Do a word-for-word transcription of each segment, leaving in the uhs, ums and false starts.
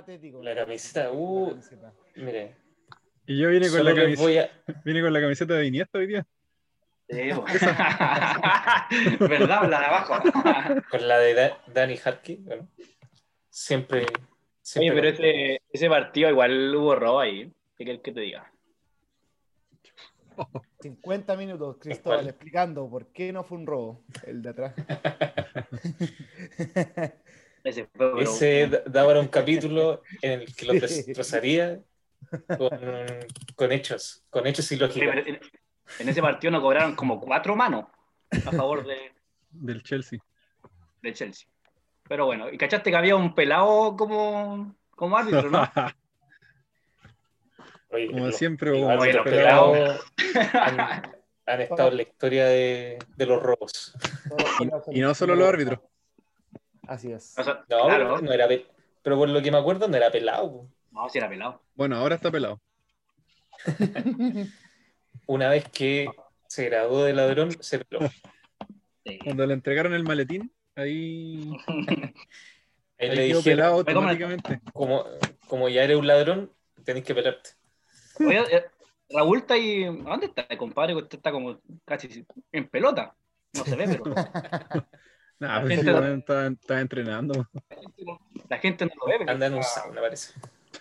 patético. La camiseta, uh, La camiseta. mire. Y yo vine con, Solo la les camiseta, voy a... vine con la camiseta de Iniesta hoy día. Sí, pues. ¿Verdad? La de abajo. Con la de Da- Dani Harky, bueno, siempre, Oye, siempre pero con- ese, ese partido igual hubo robo ahí. ¿Qué quieres que te diga? cincuenta minutos, ¿En Cristóbal, cuál? explicando por qué no fue un robo, el de atrás. Ese fue, pero- Ese da- daba un capítulo en el que lo Sí. destrozaría con, con hechos, con hechos y Oye, lógica. pero en, en ese partido nos cobraron como cuatro manos a favor de, Del Chelsea. de Chelsea. Pero bueno, y cachaste que había un pelado como, como árbitro, ¿no? Oye, Como los- siempre, los como árbitros los pelados han, han estado en la historia de, de los robos. Y, y no solo los árbitros. Así es. O sea, No, claro. pero, no era pe- pero por lo que me acuerdo no era pelado. Po. No, si era pelado. Bueno, ahora está pelado. Una vez que se graduó de ladrón, se peló. Sí. Cuando le entregaron el maletín, ahí, Ahí ahí le quedó dijeron, pelado Oye, ¿cómo le- automáticamente. como, como ya eres un ladrón, tenés que pelarte. Oye, eh, Raúl está ahí. ¿A dónde está, compadre? Usted está como casi en pelota. No se ve, pero Nah, La pues gente sí, no- bueno, estaba, estaba entrenando. la gente no lo ve. pero Anda en un está- sauna, parece.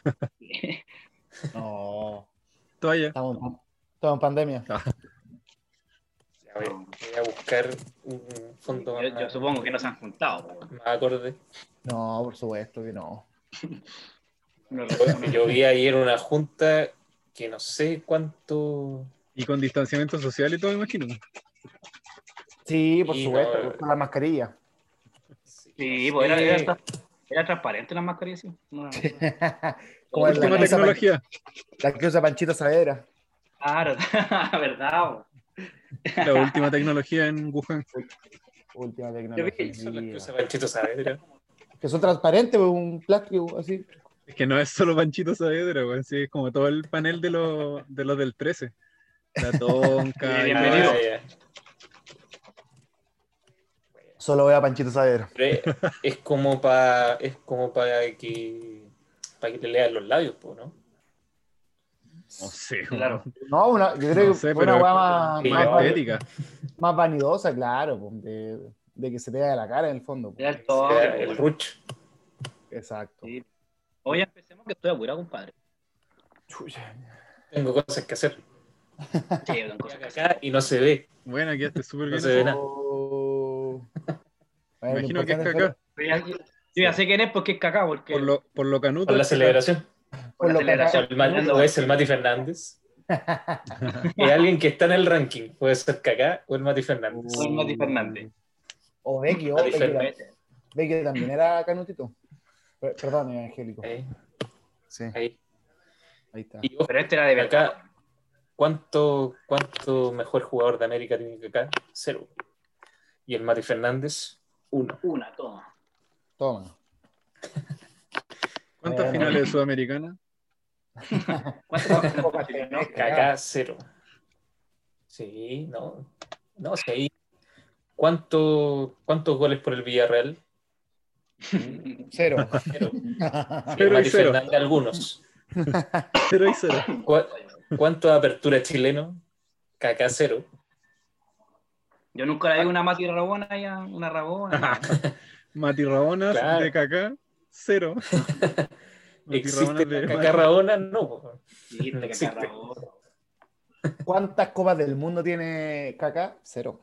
No, Toalla. estamos, en pan- estamos en pandemia. Ya voy, voy a buscar un fondo Yo, más, yo supongo que no se han juntado. po. más acorde. No, por supuesto que no. No, Yo, yo vi ayer una junta que no sé cuánto... Y con distanciamiento social y todo, me imagino. Sí, por Sí, supuesto, no. con la mascarilla. Sí, no pues era, sé. era, tra- era transparente la mascarilla, sí. No, Como es Última la que usa tecnología. Pan- la que usa Panchito Saavedra. claro, verdad. po. La última tecnología en Wuhan. Última vi- tecnología. Son las que usa Panchito Saavedra. Que son transparentes, pues, un plástico así. Es que no es solo Panchito Saavedra, weón. Sí, es como todo el panel de, los de los del trece. La Tonka. y Bienvenido. Ah, todo. ya. Solo veo a Panchito Saavedra. Pero es, es como para es como para que para que te lean los labios, po, ¿no? No sé, weón. Claro. No, una, yo creo No que sé, fue una pero weá más, Sí, más, no, va- estética. más vanidosa, claro, pues, de, de que se te vea la cara en el fondo. pues. Era el toque, Era po, el bueno. ruch. Exacto. Sí. Oye, empecemos que estoy apurado, compadre. Chucha. Tengo cosas que hacer. Sí, eran cosas que Acá y no se ve. Bueno, quedaste súper No bien. se ve nada. Oh. Bueno, lo Imagino que es importante Kaká. Pero ya- Yo ya sé quién es porque es cacao, porque Por lo, por lo canuto. Por la es Kaká. celebración. por la por lo O, celebración. el Mati- o es el Mati Fernández. Es alguien que está en el ranking. Puede ser Kaká o el Mati Fernández. Soy Mati Fernández. O Becky, o Mati Becky, Fernández. tam- Becky también era canutito. Per- Perdón, Angélico. Ahí, Sí, ahí. ahí está. Y ojo, Pero este era de verdad. acá, ¿cuánto, ¿cuánto mejor jugador de América tiene Kaká? Cero. Y el Mati Fernández, uno. Una, toma. Toma. ¿Cuántas Bueno. finales de Sudamericana? ¿Cuántas Copas tenés, Kaká, cero. Sí, no. No, sí, ahí. ¿Cuánto, ¿Cuántos goles por el Villarreal? Cero. Cero. Y el Cero y Mati cero. Fernández, algunos. Cero y cero. ¿Cu- ¿Cuánto apertura chileno? Kaká, cero. Yo nunca le di una Mati Rabona ya, una Rabona. Mati Rabonas Claro. de Kaká, cero. Mati ¿Existe Rabonas de la Mati. Kaká Rabona? No. po. Sí, No de existe. Kaká Rabona. ¿Cuántas copas del mundo tiene Kaká? Cero.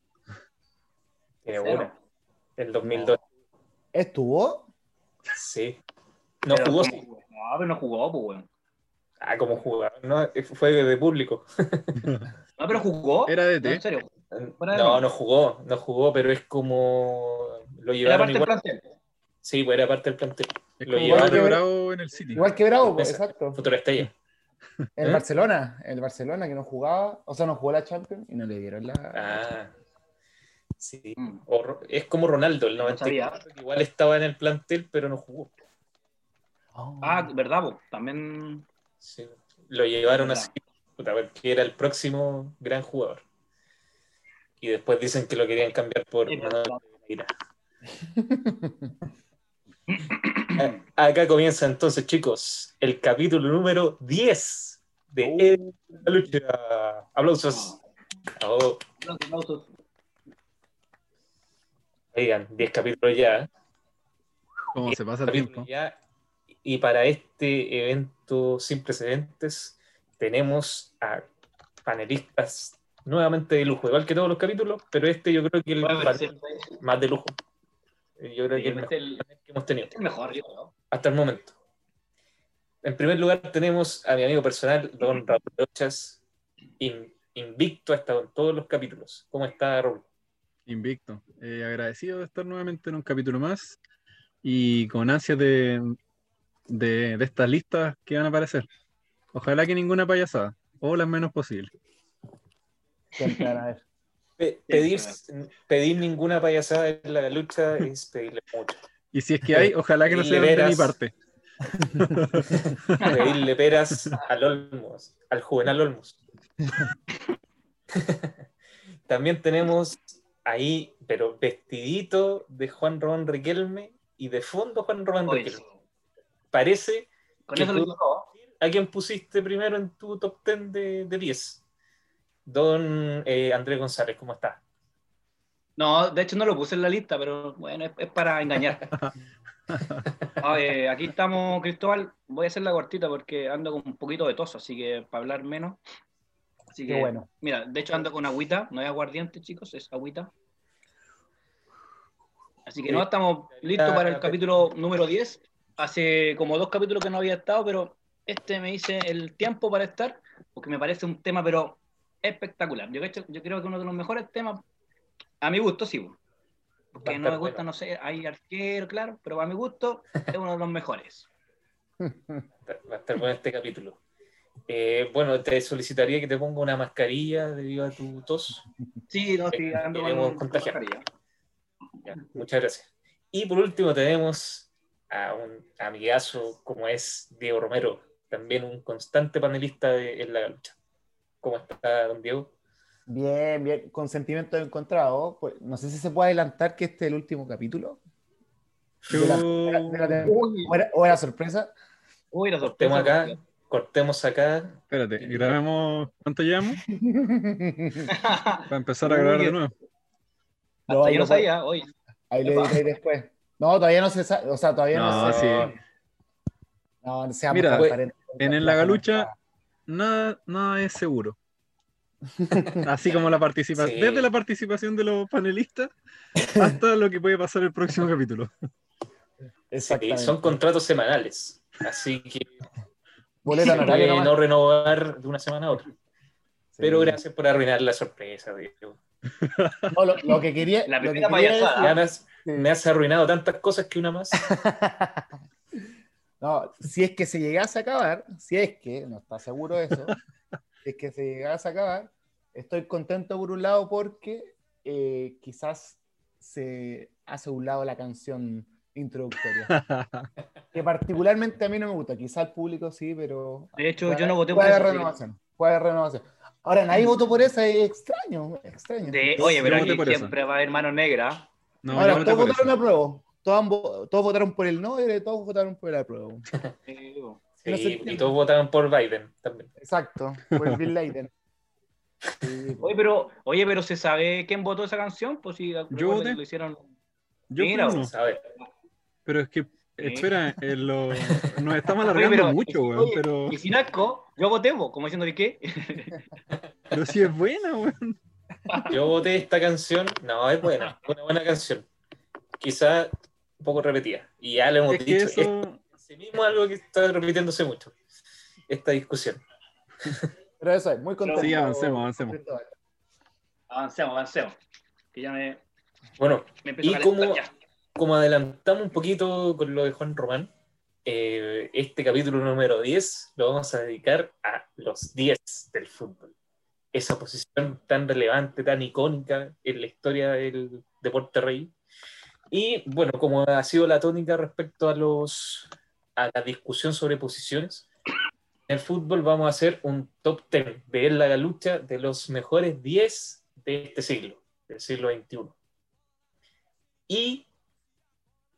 Tiene Cero. una. El dos mil dos. ¿Estuvo? Sí. No Pero jugó, ¿cómo sí. jugó? No, pero no jugó, pues, weón. Ah, como jugador, ¿no? Fue de público. No, pero jugó. Era de No, T. en serio. Fuera de No, broma. no jugó, no jugó, pero es como lo Era llevaron parte del igual. plantel. Sí, pues era parte del plantel. Es Lo como llevaron Mario igual que- Bravo en el City. Igual que Bravo, pues, Esa, exacto. Futura estrella. El ¿Eh? Barcelona, el Barcelona que no jugaba, o sea, no jugó la Champions y no le dieron la. Ah, sí. Mm. O Ro- es como Ronaldo, el No noventa y cuatro, sabía. que igual estaba en el plantel, pero no jugó. Oh. Ah, verdad, pues. También. Sí. Lo llevaron Verdad. así, puta, porque era el próximo gran jugador. Y después dicen que lo querían cambiar por Sí, Manuel verdad. Pereira. A- acá comienza entonces, chicos, el capítulo número diez de Uh. El- la lucha. Aplausos. Oh, Aplausos, aplausos. oigan, diez capítulos ya. ¿Cómo se pasa el Capítulos tiempo? ya. Y para este evento sin precedentes tenemos a panelistas nuevamente de lujo, igual que todos los capítulos, pero este yo creo que el Bueno, pero panel sí, más de lujo. Yo creo que el este mejor es el, panel que hemos tenido este es el mejor, yo creo. hasta el momento. En primer lugar tenemos a mi amigo personal, don Raúl Rochas, in- invicto ha estado en todos los capítulos. ¿Cómo está, Raúl? Invicto. Eh, agradecido de estar nuevamente en un capítulo más y con ansias de, de, de estas listas que van a aparecer. Ojalá que ninguna payasada, o las menos posible. Siempre van a ver. Pe- pedir, pedir ninguna payasada en la lucha es pedirle mucho. Y si es que hay, ojalá que no Pedirle sean de mi veras. parte. Pedirle peras al Olmos, al Juvenal Olmos. También tenemos ahí, pero vestidito de Juan Román Riquelme y de fondo Juan Román Oye, Riquelme. Parece con que eso lo tú- digo todo. ¿A quién pusiste primero en tu top diez de, de diez? Don eh, Andrés González, ¿cómo está? No, de hecho no lo puse en la lista, pero bueno, es, es para engañar. Ah, eh, aquí estamos, Cristóbal. Voy a hacer la cortita porque ando con un poquito de tos, así que para hablar menos. Así Qué que, bueno. mira, de hecho ando con agüita, no es aguardiente, chicos, es agüita. Así que no, estamos listos para el capítulo número diez. Hace como dos capítulos que no había estado, pero este me hice el tiempo para estar, porque me parece un tema, pero espectacular. Yo, creo- yo creo que uno de los mejores temas, a mi gusto, sí. Porque Va a no me estar gusta, bueno. no sé, hay arquero, claro, pero a mi gusto es uno de los mejores. Va a estar bueno este capítulo. Eh, bueno, te solicitaría que te ponga una mascarilla debido a tu tos. Sí, no, sí, ando Queremos con, con contagiar. mascarilla. Ya, muchas gracias. Y por último tenemos a un amigazo como es Diego Romero, también un constante panelista de En la Lucha. ¿Cómo está, don Diego? Bien, bien, con sentimientos encontrados. Pues, no sé si se puede adelantar que este es el último capítulo. De la, de la- de la temporada. Uy, ¿O era, o era sorpresa? uy, la Cortemos sorpresa. acá, cortemos acá. Espérate, Y- grabemos. ¿Cuánto llevamos? Para empezar a Uy, grabar de que- nuevo. No, hasta ahí yo no lo puede- sabía, oye. ahí le Epa. editáis después. No, todavía no se sabe, o sea, todavía no, No, se. sí. No, seamos Mira, transparentes. En el La Lagalucha fanática. nada, nada es seguro. Así como la participación, Sí. desde la participación de los panelistas hasta lo que puede pasar el próximo capítulo. Sí, Exactamente. son contratos semanales, así que Boleto se honorario puede nomás. no renovar de una semana a otra. Sí. Pero gracias por arruinar la sorpresa, Diego. No, lo, lo que quería, La lo que primera quería payasada. Me decir- has, me has arruinado tantas cosas que una más. No, si es que se llegase a acabar, si es que, no está seguro de eso, si es que se llegase a acabar, estoy contento por un lado porque eh, quizás se hace a un lado la canción introductoria, que particularmente a mí no me gusta, quizás al público sí, pero De hecho, puede yo no haber- voté puede por haber eso, así que- renovación, puede haber renovación. Ahora, nadie votó por esa, es extraño, es extraño. De- Yo- oye, pero yo voté aquí por eso. siempre va a haber mano negra. No, yo Ahora, voté todos por votaron eso. a prueba, todos, han vo- todos votaron por el no y todos votaron por el apruebo. Eh, No se Sí, y entiende. todos votaban por Biden también. Exacto, por el Bill Leiden. Sí, Oye, pero, oye, pero ¿se sabe quién votó esa canción? Pues si recuerdo voté. que lo hicieron. Yo fui Mira, uno, A ver, pero es que, espera, eh, lo- nos estamos Oye, alargando pero, mucho, y- weón, oye, pero, y sin asco, yo voté, vos, como diciendo de qué. pero sí es buena, weón. yo voté esta canción. No, es buena, es una buena canción. Quizá un poco repetida. Y ya lo hemos Es que dicho. eso, Es sí mismo algo que está repitiéndose mucho. Esta discusión. Pero eso es, muy contento. Sí, avancemos, avancemos. Avancemos, avancemos. Que ya me, Bueno, me empiezo y a calentar como, ya. como adelantamos un poquito con lo de Juan Román, eh, este capítulo número diez lo vamos a dedicar a los diez del fútbol. Esa posición tan relevante, tan icónica en la historia del deporte rey. Y bueno, como ha sido la tónica respecto a, los, a la discusión sobre posiciones, en el fútbol vamos a hacer un top diez de la lucha de los mejores diez de este siglo, del siglo veintiuno. Y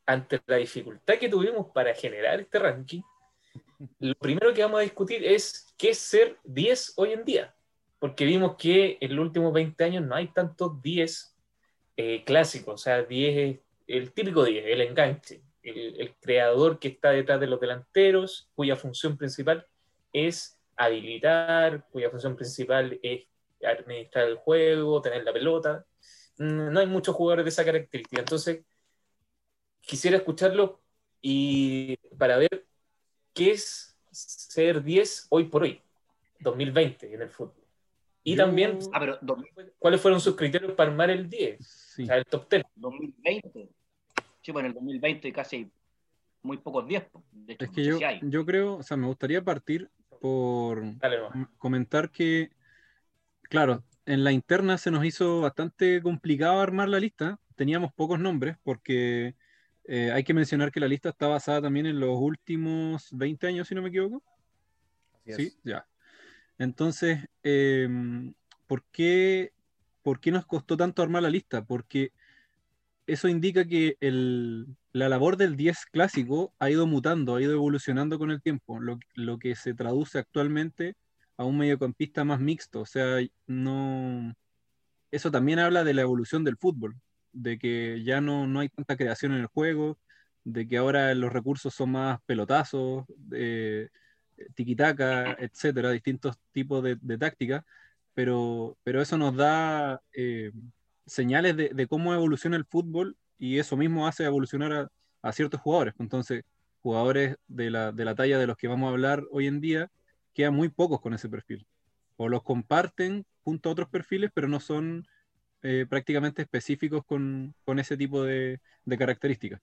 ante la dificultad que tuvimos para generar este ranking, lo primero que vamos a discutir es qué es ser diez hoy en día. Porque vimos que en los últimos veinte años no hay tantos diez eh, clásicos. O sea, diez, el típico diez, el enganche, el, el creador que está detrás de los delanteros, cuya función principal es habilitar, cuya función principal es administrar el juego, tener la pelota. No hay muchos jugadores de esa característica. Entonces, quisiera escucharlo y para ver qué es ser diez hoy por hoy, dos mil veinte en el fútbol. Y Yo- también, Ah, pero dos- ¿cuáles fueron sus criterios para armar el diez? Sí. O sea, el top diez. dos mil veinte. Sí, bueno, en el dos mil veinte casi muy pocos días. po. De hecho, Es que no sé yo, si hay. yo creo, o sea, me gustaría partir por Dale nomás. m- comentar que, claro, en la interna se nos hizo bastante complicado armar la lista. Teníamos pocos nombres porque eh, hay que mencionar que la lista está basada también en los últimos veinte años, si no me equivoco. Así es. Sí, ya. Entonces, eh, ¿por qué, por qué nos costó tanto armar la lista? Porque eso indica que el, la labor del diez clásico ha ido mutando, ha ido evolucionando con el tiempo, lo, lo que se traduce actualmente a un mediocampista más mixto. O sea, no, eso también habla de la evolución del fútbol, de que ya no, no hay tanta creación en el juego, de que ahora los recursos son más pelotazos, eh, tiki-taka, etcétera, distintos tipos de, de tácticas, pero, pero eso nos da eh, señales de, de cómo evoluciona el fútbol y eso mismo hace evolucionar a, a ciertos jugadores. Entonces, jugadores de la, de la talla de los que vamos a hablar hoy en día, quedan muy pocos con ese perfil. O los comparten junto a otros perfiles, pero no son eh, prácticamente específicos con, con ese tipo de, de características.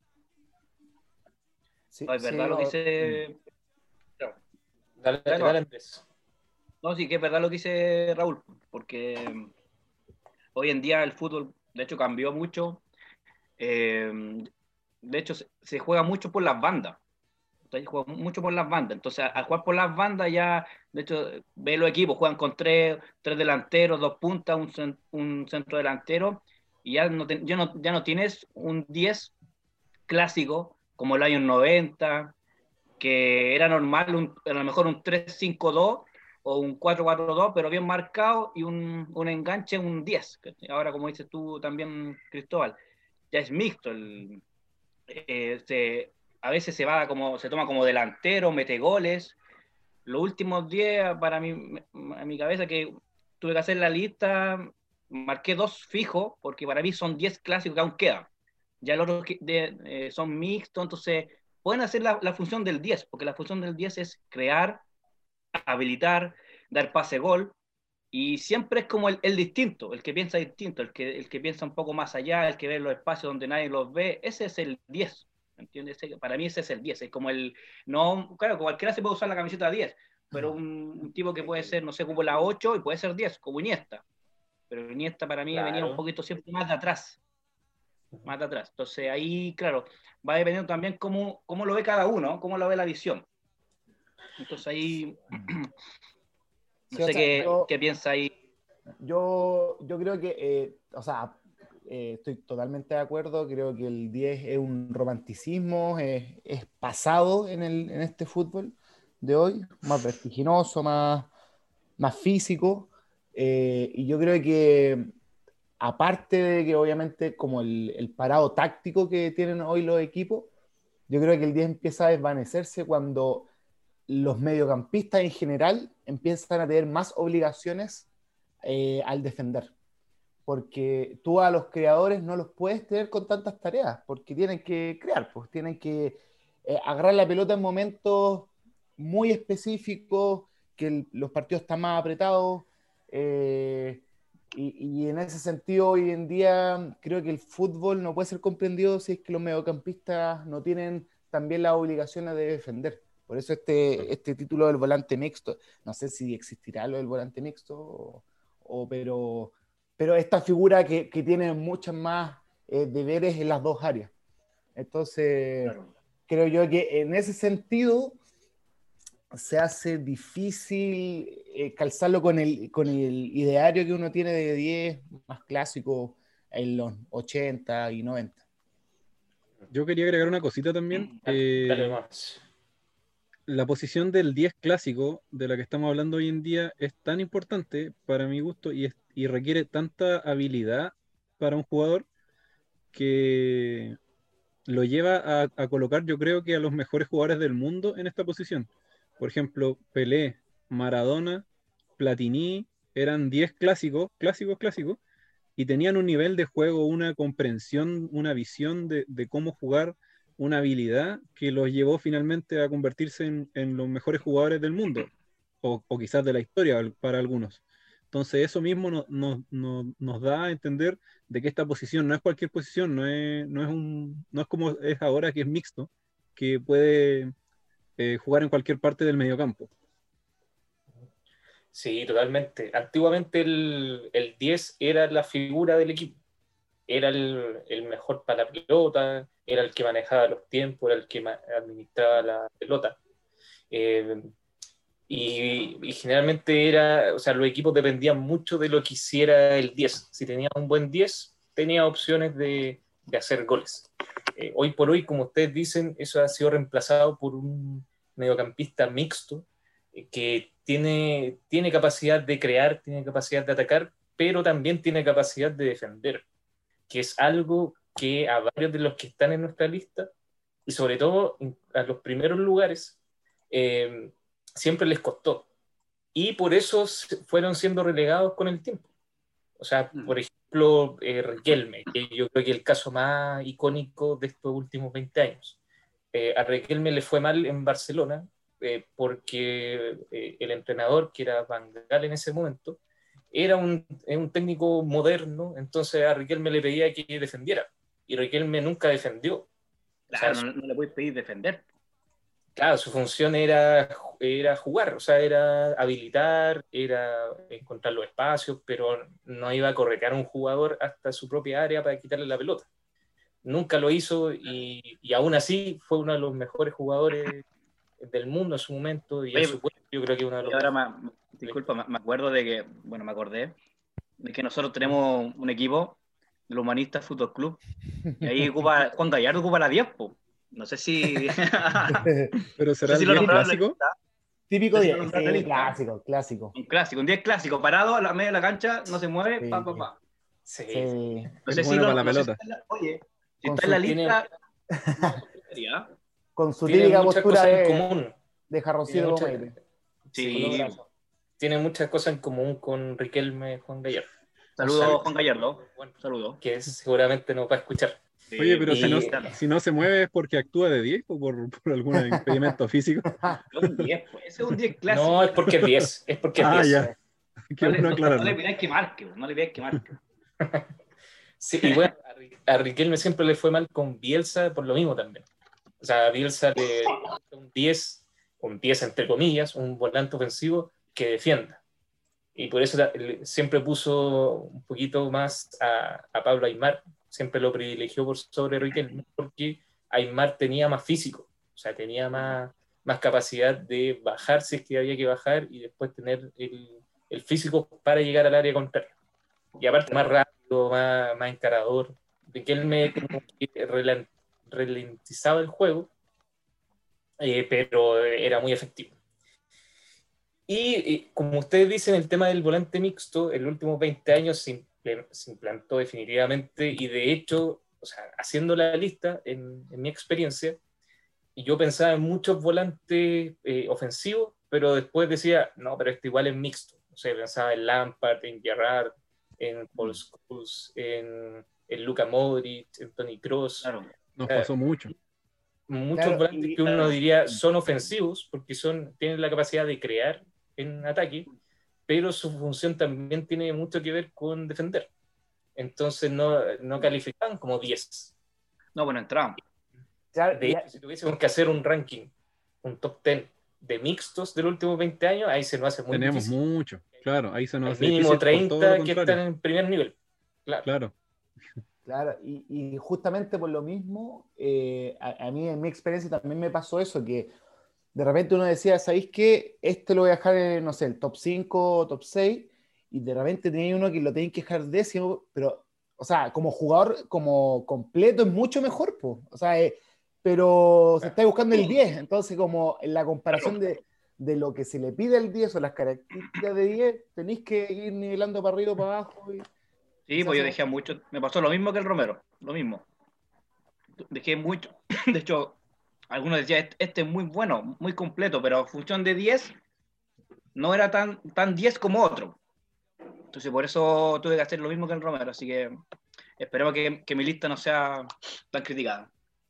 Sí, No, es sí, verdad lo que no, dice. Claro. Dale, Dale, dale, no. Andrés. No, sí, que es verdad lo que dice Raúl, porque mm, hoy en día el fútbol, de hecho, cambió mucho. Eh, de hecho, se, se juega mucho por las bandas. Entonces, juega mucho por las bandas. Entonces, al jugar por las bandas, ya, de hecho, ve los equipos, juegan con tres, tres delanteros, dos puntas, un, cen- un centro delantero, y ya no, te- ya, no, ya no tienes un diez clásico como el año noventa, que era normal, un, a lo mejor un tres cinco dos o un cuatro cuatro dos, pero bien marcado, y un, un enganche, un diez. Ahora, como dices tú también, Cristóbal, ya es mixto. El, eh, se, a veces se va como, se toma como delantero, mete goles. Los últimos diez, para mí, a mi cabeza, que tuve que hacer la lista, marqué dos fijos, porque para mí son diez clásicos que aún quedan. Ya los otros de, eh, son mixtos, entonces pueden hacer la, la función del diez, porque la función del diez es crear, habilitar, dar pase gol, y siempre es como el, el distinto, el que piensa distinto, el que, el que piensa un poco más allá, el que ve los espacios donde nadie los ve. Ese es el diez, ¿entiendes? Para mí ese es el diez, es como el, no, claro, cualquiera se puede usar la camiseta diez, pero un, un tipo que puede ser, no sé, como la ocho y puede ser diez, como Iniesta, pero Iniesta para mí Claro. venía un poquito siempre más de atrás, más de atrás. Entonces ahí, claro, va dependiendo también cómo, cómo lo ve cada uno, cómo lo ve la visión. Entonces ahí, no sí, o sé sea, qué, yo, qué piensa ahí. yo, yo creo que, eh, o sea, eh, estoy totalmente de acuerdo, creo que el diez es un romanticismo, es, es pasado en, el, en este fútbol de hoy, más vertiginoso, más, más físico, eh, y yo creo que aparte de que obviamente como el, el parado táctico que tienen hoy los equipos, yo creo que el diez empieza a desvanecerse cuando los mediocampistas en general empiezan a tener más obligaciones eh, al defender. Porque tú a los creadores no los puedes tener con tantas tareas, porque tienen que crear, pues tienen que eh, agarrar la pelota en momentos muy específicos, que el, los partidos están más apretados. Eh, y, y en ese sentido, hoy en día, creo que el fútbol no puede ser comprendido si es que los mediocampistas no tienen también las obligaciones de defender. Por eso este, este título del volante mixto, no sé si existirá lo del volante mixto, o, o, pero, pero esta figura que, que tiene muchas más eh, deberes en las dos áreas. Entonces, Claro. creo yo que en ese sentido se hace difícil eh, calzarlo con el, con el ideario que uno tiene de diez más clásico en los ochenta y noventa. Yo quería agregar una cosita también. Dale, Eh, dale más. la posición del diez clásico, de la que estamos hablando hoy en día, es tan importante para mi gusto y, es- y requiere tanta habilidad para un jugador que lo lleva a, a colocar, yo creo que a los mejores jugadores del mundo en esta posición. Por ejemplo, Pelé, Maradona, Platini, eran diez clásicos, clásicos, clásicos, y tenían un nivel de juego, una comprensión, una visión de, de cómo jugar, una habilidad que los llevó finalmente a convertirse en, en los mejores jugadores del mundo, o, o quizás de la historia al- para algunos. Entonces eso mismo no- no- no- nos da a entender de que esta posición no es cualquier posición, no es, no es un, no es como es ahora que es mixto, que puede eh, jugar en cualquier parte del mediocampo. Sí, totalmente. Antiguamente el, el diez era la figura del equipo. Era el, el mejor para la pelota, era el que manejaba los tiempos, era el que ma- administraba la pelota. Eh, y, y generalmente era, o sea, los equipos dependían mucho de lo que hiciera el diez. Si tenía un buen diez, tenía opciones de, de hacer goles. Eh, hoy por hoy, como ustedes dicen, eso ha sido reemplazado por un mediocampista mixto eh, que tiene, tiene capacidad de crear, tiene capacidad de atacar, pero también tiene capacidad de defender, que es algo que a varios de los que están en nuestra lista, y sobre todo a los primeros lugares, eh, siempre les costó. Y por eso fueron siendo relegados con el tiempo. O sea, por ejemplo, eh, Riquelme, que yo creo que es el caso más icónico de estos últimos veinte años. Eh, a Riquelme le fue mal en Barcelona eh, porque eh, el entrenador, que era Van Gaal en ese momento, era un, un técnico moderno, entonces a Riquelme le pedía que defendiera. Y Riquelme nunca defendió. O sea, Claro, no, no le puedes pedir defender. claro, su función era, era jugar, o sea, era habilitar, era encontrar los espacios, pero no iba a corretear a un jugador hasta su propia área para quitarle la pelota. Nunca lo hizo y, y aún así fue uno de los mejores jugadores del mundo en su momento y en Oye, su puesto yo creo que uno de y los ahora, mejores. me, disculpa, me, me acuerdo de que, bueno, me acordé de que nosotros tenemos un equipo, el Humanista Fútbol Club, y ahí ocupa, Juan Gallardo ocupa la diez, po. No sé si. Pero No será sé si el lo diez nombraron en la clásico. lista. Típico No sé si lo diez, nombraron en la sí, lista. clásico, clásico. Un clásico, un diez clásico, parado a la media de la cancha, no se mueve, pa, pa, Sí, pa. Sí, sí. No Es sé si bueno para lo, la no sé si pelota. está en la, oye, si Con está en la su, tiene, lista, no me sorprendería. con su tiene típica muchas postura cosas en de, común. de Tiene jarroncito muchas, Pomeire, con los sí, Sí. brazos. tiene muchas cosas en común con Riquelme Juan Gallardo. Un Saludos, saludo, Juan Gallardo. bueno, Saludos. que seguramente nos va a escuchar. Oye, Sí, pero si no, Y si no se mueve es porque actúa de diez o por, por algún impedimento físico. es un diez, pues. Ese es un diez clásico. no es porque es diez, es porque es Ah, diez. ya. Qué No le, bueno no, no le aclararlo. pidáis que marque, no le pidáis que marque. Sí, y bueno, a, Ri- a Riquelme siempre le fue mal con Bielsa por lo mismo también. O sea, a Bielsa le un diez, un diez entre comillas, un volante ofensivo que defienda. Y por eso la- le- siempre puso un poquito más a, a Pablo Aimar, siempre lo privilegió por sobre Riquelme, porque Aimar tenía más físico, o sea, tenía más, más capacidad de bajar si es que había que bajar y después tener el, el físico para llegar al área contraria. Y aparte más rápido, más, más encarador. Riquelme como que relen- ralentizaba el juego, eh, pero era muy efectivo. Y, y, como ustedes dicen, el tema del volante mixto, en los últimos veinte años se, imple- se implantó definitivamente y de hecho, o sea, haciendo la lista, en, en mi experiencia, yo pensaba en muchos volantes eh, ofensivos, pero después decía, no, pero este igual es mixto. O sea, pensaba en Lampard, en Gerrard, en Paul Scholes, en, en Luka Modric, en Toni Kroos. Claro. Nos Eh, pasó mucho. muchos Claro, volantes y que uno diría son ofensivos porque son, tienen la capacidad de crear en ataque, pero su función también tiene mucho que ver con defender. Entonces no, no califican como diez. No, bueno, entramos. claro, De y- hecho, si tuviésemos que hacer un ranking, un top diez de mixtos de los últimos veinte años, ahí se nos hace muy Tenemos difícil. mucho. Claro, ahí se nos Hay hace mínimo difícil por todo lo treinta que contrario. están en primer nivel. Claro. Claro. Claro, y, y justamente por lo mismo, eh, a, a mí en mi experiencia también me pasó eso, que de repente uno decía, ¿sabéis qué? Este lo voy a dejar en, no sé, el top cinco, top seis, y de repente tenía uno que lo tenéis que dejar décimo, pero O sea, como jugador, como completo, es mucho mejor, po. O sea, eh, pero se está buscando el diez. Entonces, como en la comparación de, de lo que se le pide al diez o las características de diez, tenéis que ir nivelando para arriba o para abajo. Y Sí, quizás pues yo eso- dejé mucho. Me pasó lo mismo que el Romero, lo mismo. Dejé mucho. De hecho, algunos decían, "Este- este es muy bueno, muy completo, pero en función de diez, no era tan, tan diez como otro. Entonces, por eso tuve que hacer lo mismo que el Romero. Así que esperemos que, que mi lista no sea tan criticada.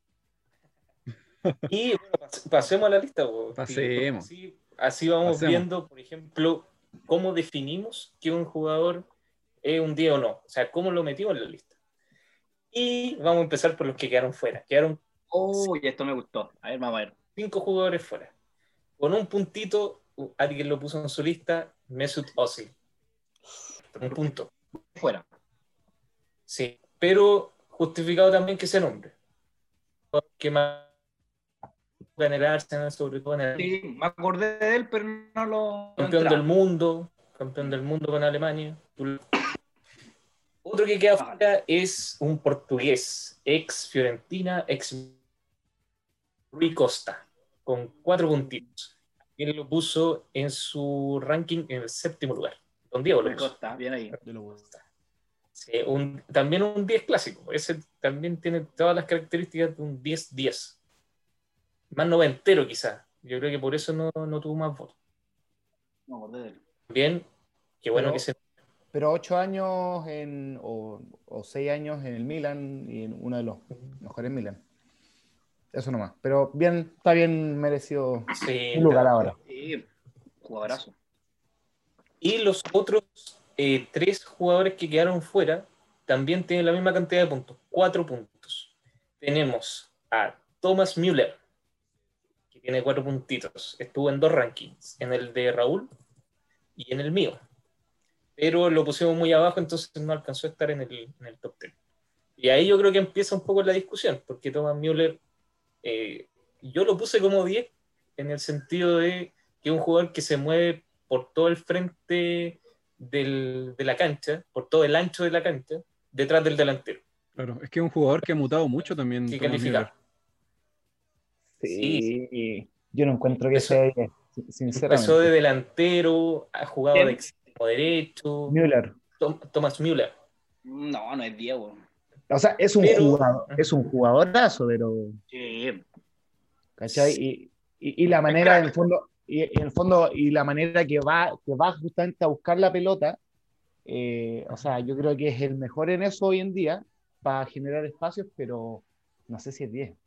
Y bueno, pas- pasemos a la lista, po, y porque Pasemos. así, así vamos Pasemos. viendo, por ejemplo, cómo definimos que un jugador es un diez o no. O sea, cómo lo metimos en la lista. Y vamos a empezar por los que quedaron fuera. Quedaron Uy, esto me gustó. A ver, vamos a ver. cinco jugadores fuera. Con un puntito, uh, alguien lo puso en su lista, Mesut Özil. Un punto. Fuera. Sí, pero justificado también que sea nombre. Que más en el Arsenal, sobre todo en el Sí, me acordé de él, pero no lo no campeón del entraba. mundo, campeón del mundo con Alemania. Otro que queda Ajá. fuera es un portugués, ex Fiorentina, ex Rui Costa, con cuatro puntitos. Él lo puso en su ranking en el séptimo lugar. Don Diego lo Me puso. consta, bien ahí. Sí, un- también un diez clásico. Ese también tiene todas las características de un diez diez. Más noventero quizás. Yo creo que por eso no, no tuvo más votos. Me acordé de él. Bien, qué bueno Pero- que se... Pero ocho años en, o, o seis años en el Milan y en uno de los mejores Milan. Eso nomás. Pero bien, está bien merecido Sí, un lugar está- ahora. Sí, jugadorazo. Y los otros eh, tres jugadores que quedaron fuera también tienen la misma cantidad de puntos, cuatro puntos. Tenemos a Thomas Müller, que tiene cuatro puntitos. Estuvo en dos rankings, en el de Raúl y en el mío. Pero lo pusimos muy abajo, entonces no alcanzó a estar en el, en el top diez. Y ahí yo creo que empieza un poco la discusión, porque Thomas Müller, eh, yo lo puse como diez en el sentido de que es un jugador que se mueve por todo el frente del, de la cancha, por todo el ancho de la cancha, detrás del delantero. Claro, es que es un jugador que ha mutado mucho también, Que Thomas Müller. calificar. Sí, Sí, yo no encuentro que Empezó- sea ella, empezó de sinceramente. delantero, ha jugado ¿Quién? de extremo derecho, Müller. Tom- Thomas Müller. No, no es Diego. O sea, es un Pero, jugador, es un jugadorazo, pero, Sí. ¿cachai? Sí. Y, y, y la manera, en el fondo, y, y en el fondo, y la manera que va, que va justamente a buscar la pelota, eh, o sea, yo creo que es el mejor en eso hoy en día, para generar espacios, pero no sé si es diez.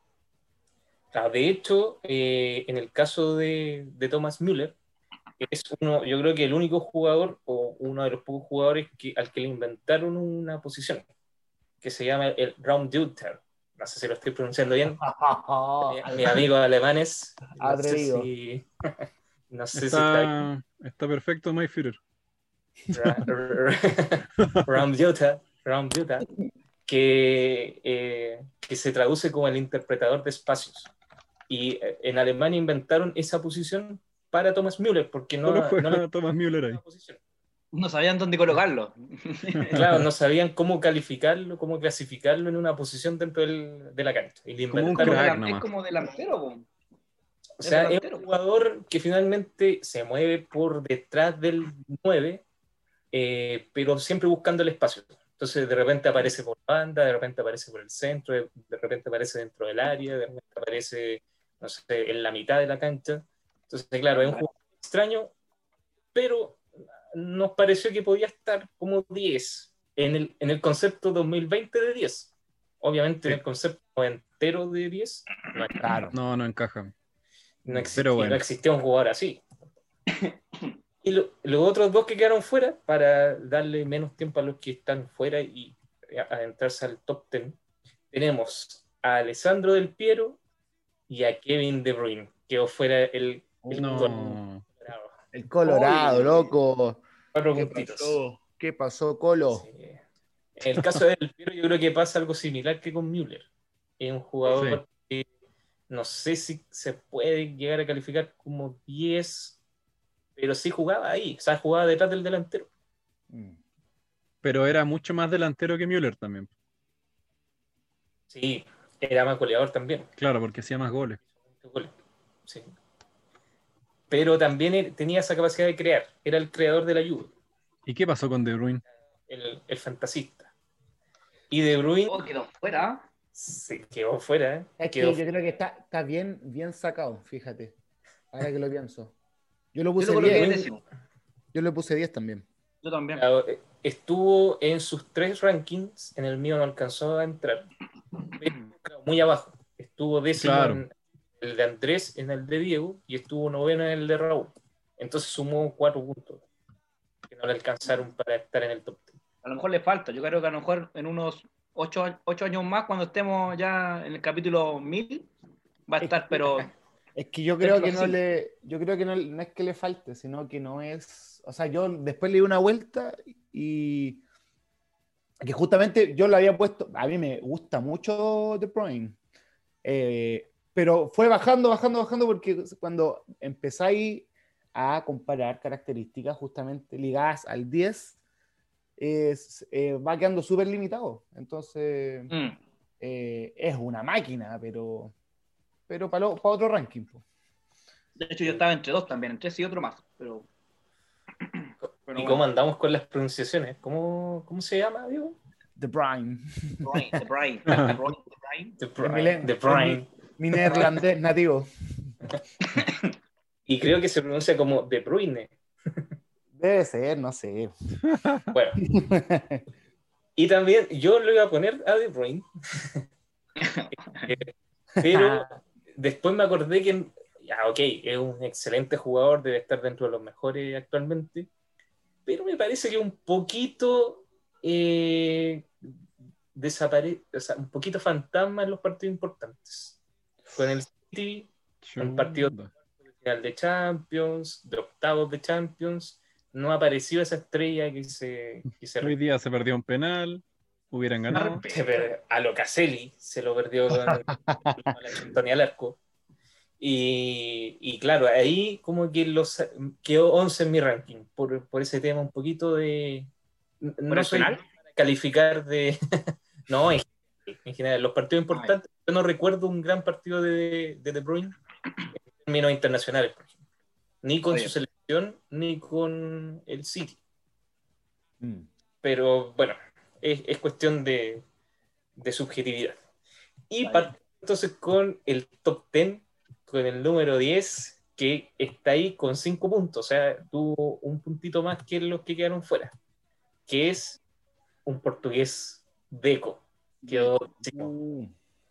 claro, de hecho, eh, en el caso de, de Thomas Müller, es uno, yo creo que el único jugador o uno de los pocos jugadores que, al que le inventaron una posición que se llama el Raumdeuter. No sé si lo estoy pronunciando bien. Mi, mi amigo alemanes, no sé Atrevido. si, no sé si está bien. Está, está perfecto, My Führer. Ra- ra- Raumdeuter, Raumdeuter, que, eh, que se traduce como el interpretador de espacios. Y eh, en Alemania inventaron esa posición para Thomas Müller, porque no, Solo no juega le Thomas Müller ahí. una posición. No sabían dónde colocarlo. Claro, no sabían cómo calificarlo, cómo clasificarlo en una posición dentro del- de la cancha. Y le Como un inventaron. crack delan- es nomás. como delantero, po. O sea, es delantero. un jugador que finalmente se mueve por detrás del nueve, eh, pero siempre buscando el espacio. Entonces, de repente aparece por banda, de repente aparece por el centro, de, de repente aparece dentro del área, de repente aparece, no sé, en la mitad de la cancha. Entonces, claro, es un jugador extraño, pero nos pareció que podía estar como diez en el, en el concepto dos mil veinte de diez. Obviamente, Sí. en el concepto entero de diez, no, Claro. No, no encaja. no existía, Pero bueno. no existía un jugador así. Y lo- los otros dos que quedaron fuera, para darle menos tiempo a los que están fuera y adentrarse al top diez, tenemos a Alessandro Del Piero y a Kevin De Bruyne, que fuera el, el No. Colorado. El Colorado, Oye. loco. Cuatro ¿Qué puntitos. pasó? ¿Qué pasó, Colo? Sí. En el caso de Del Piero, yo creo que pasa algo similar que con Müller. Es un jugador que no sé si se puede llegar a calificar como diez, pero sí jugaba ahí, o sea, jugaba detrás del delantero. Mm. Pero era mucho más delantero que Müller también. Sí, era más goleador también. Claro, porque hacía más goles. Sí. Pero también él tenía esa capacidad de crear. Era el creador de la Juve, ¿Y qué pasó con De Bruyne? el, el fantasista. Y De Bruyne Oh, quedó fuera. se quedó fuera. ¿eh? Es Quedó que yo creo que está, está bien, bien sacado, fíjate. Ahora que lo pienso. Yo lo Yo puse lo coloqué en diez. décimo. Yo le puse diez también. Yo también. fuera. Estuvo en sus tres rankings. En el mío no alcanzó a entrar. Pero, muy abajo. Estuvo décimo Claro. en el de Andrés, en el de Diego, y estuvo noveno en el de Raúl. Entonces sumó cuatro puntos que no le alcanzaron para estar en el top diez. A lo mejor le falta. Yo creo que a lo mejor en unos ocho, ocho años más, cuando estemos ya en el capítulo mil, va a estar, pero Es que yo creo que no Centro le, yo creo que no, no es que le falte, sino que no es, o sea, yo después le di una vuelta y que justamente yo lo había puesto, a mí me gusta mucho De Bruyne, eh, pero fue bajando, bajando, bajando porque cuando empezáis a comparar características justamente ligadas al diez, es, eh, va quedando súper limitado, entonces mm, eh, es una máquina, pero, pero para otro ranking. Po. de hecho yo estaba entre dos también, entre ese y otro más. Pero, pero ¿Y bueno. cómo andamos con las pronunciaciones? ¿Cómo, cómo se llama, Diego? De Bruyne. Brian, The Brian, The Brian, The Brian. The De Bruyne. Milen- The de Bruyne. Mi, mi neerlandés nativo. Y creo que se pronuncia como De Bruyne. Debe ser, no sé. Bueno, y también yo lo iba a poner a De Bruyne, pero después me acordé que, ya, ok, es un excelente jugador, debe estar dentro de los mejores actualmente, pero me parece que un poquito eh, desaparece, o sea, un poquito fantasma en los partidos importantes. Con el City, en partidos Chuta. de final de Champions, de octavos de Champions, no ha aparecido esa estrella que se, que se Hoy día se perdió un penal, hubieran ganado. se per- a lo Caselli se lo perdió con la Antonio al arco. Y, y claro, ahí como que los quedó once en mi ranking por, por ese tema un poquito de... No el soy penal? para calificar de... no, en, en general, los partidos importantes, yo no recuerdo un gran partido de, de De Bruyne en términos internacionales, por ejemplo. Ni con Oye. su selección, ni con el City. Mm. Pero bueno, es, es cuestión de, de subjetividad. Y Vale. partimos entonces con el top diez, con el número diez, que está ahí con cinco puntos, o sea, tuvo un puntito más que los que quedaron fuera, que es un portugués, Deco. Quedó décimo. Uh.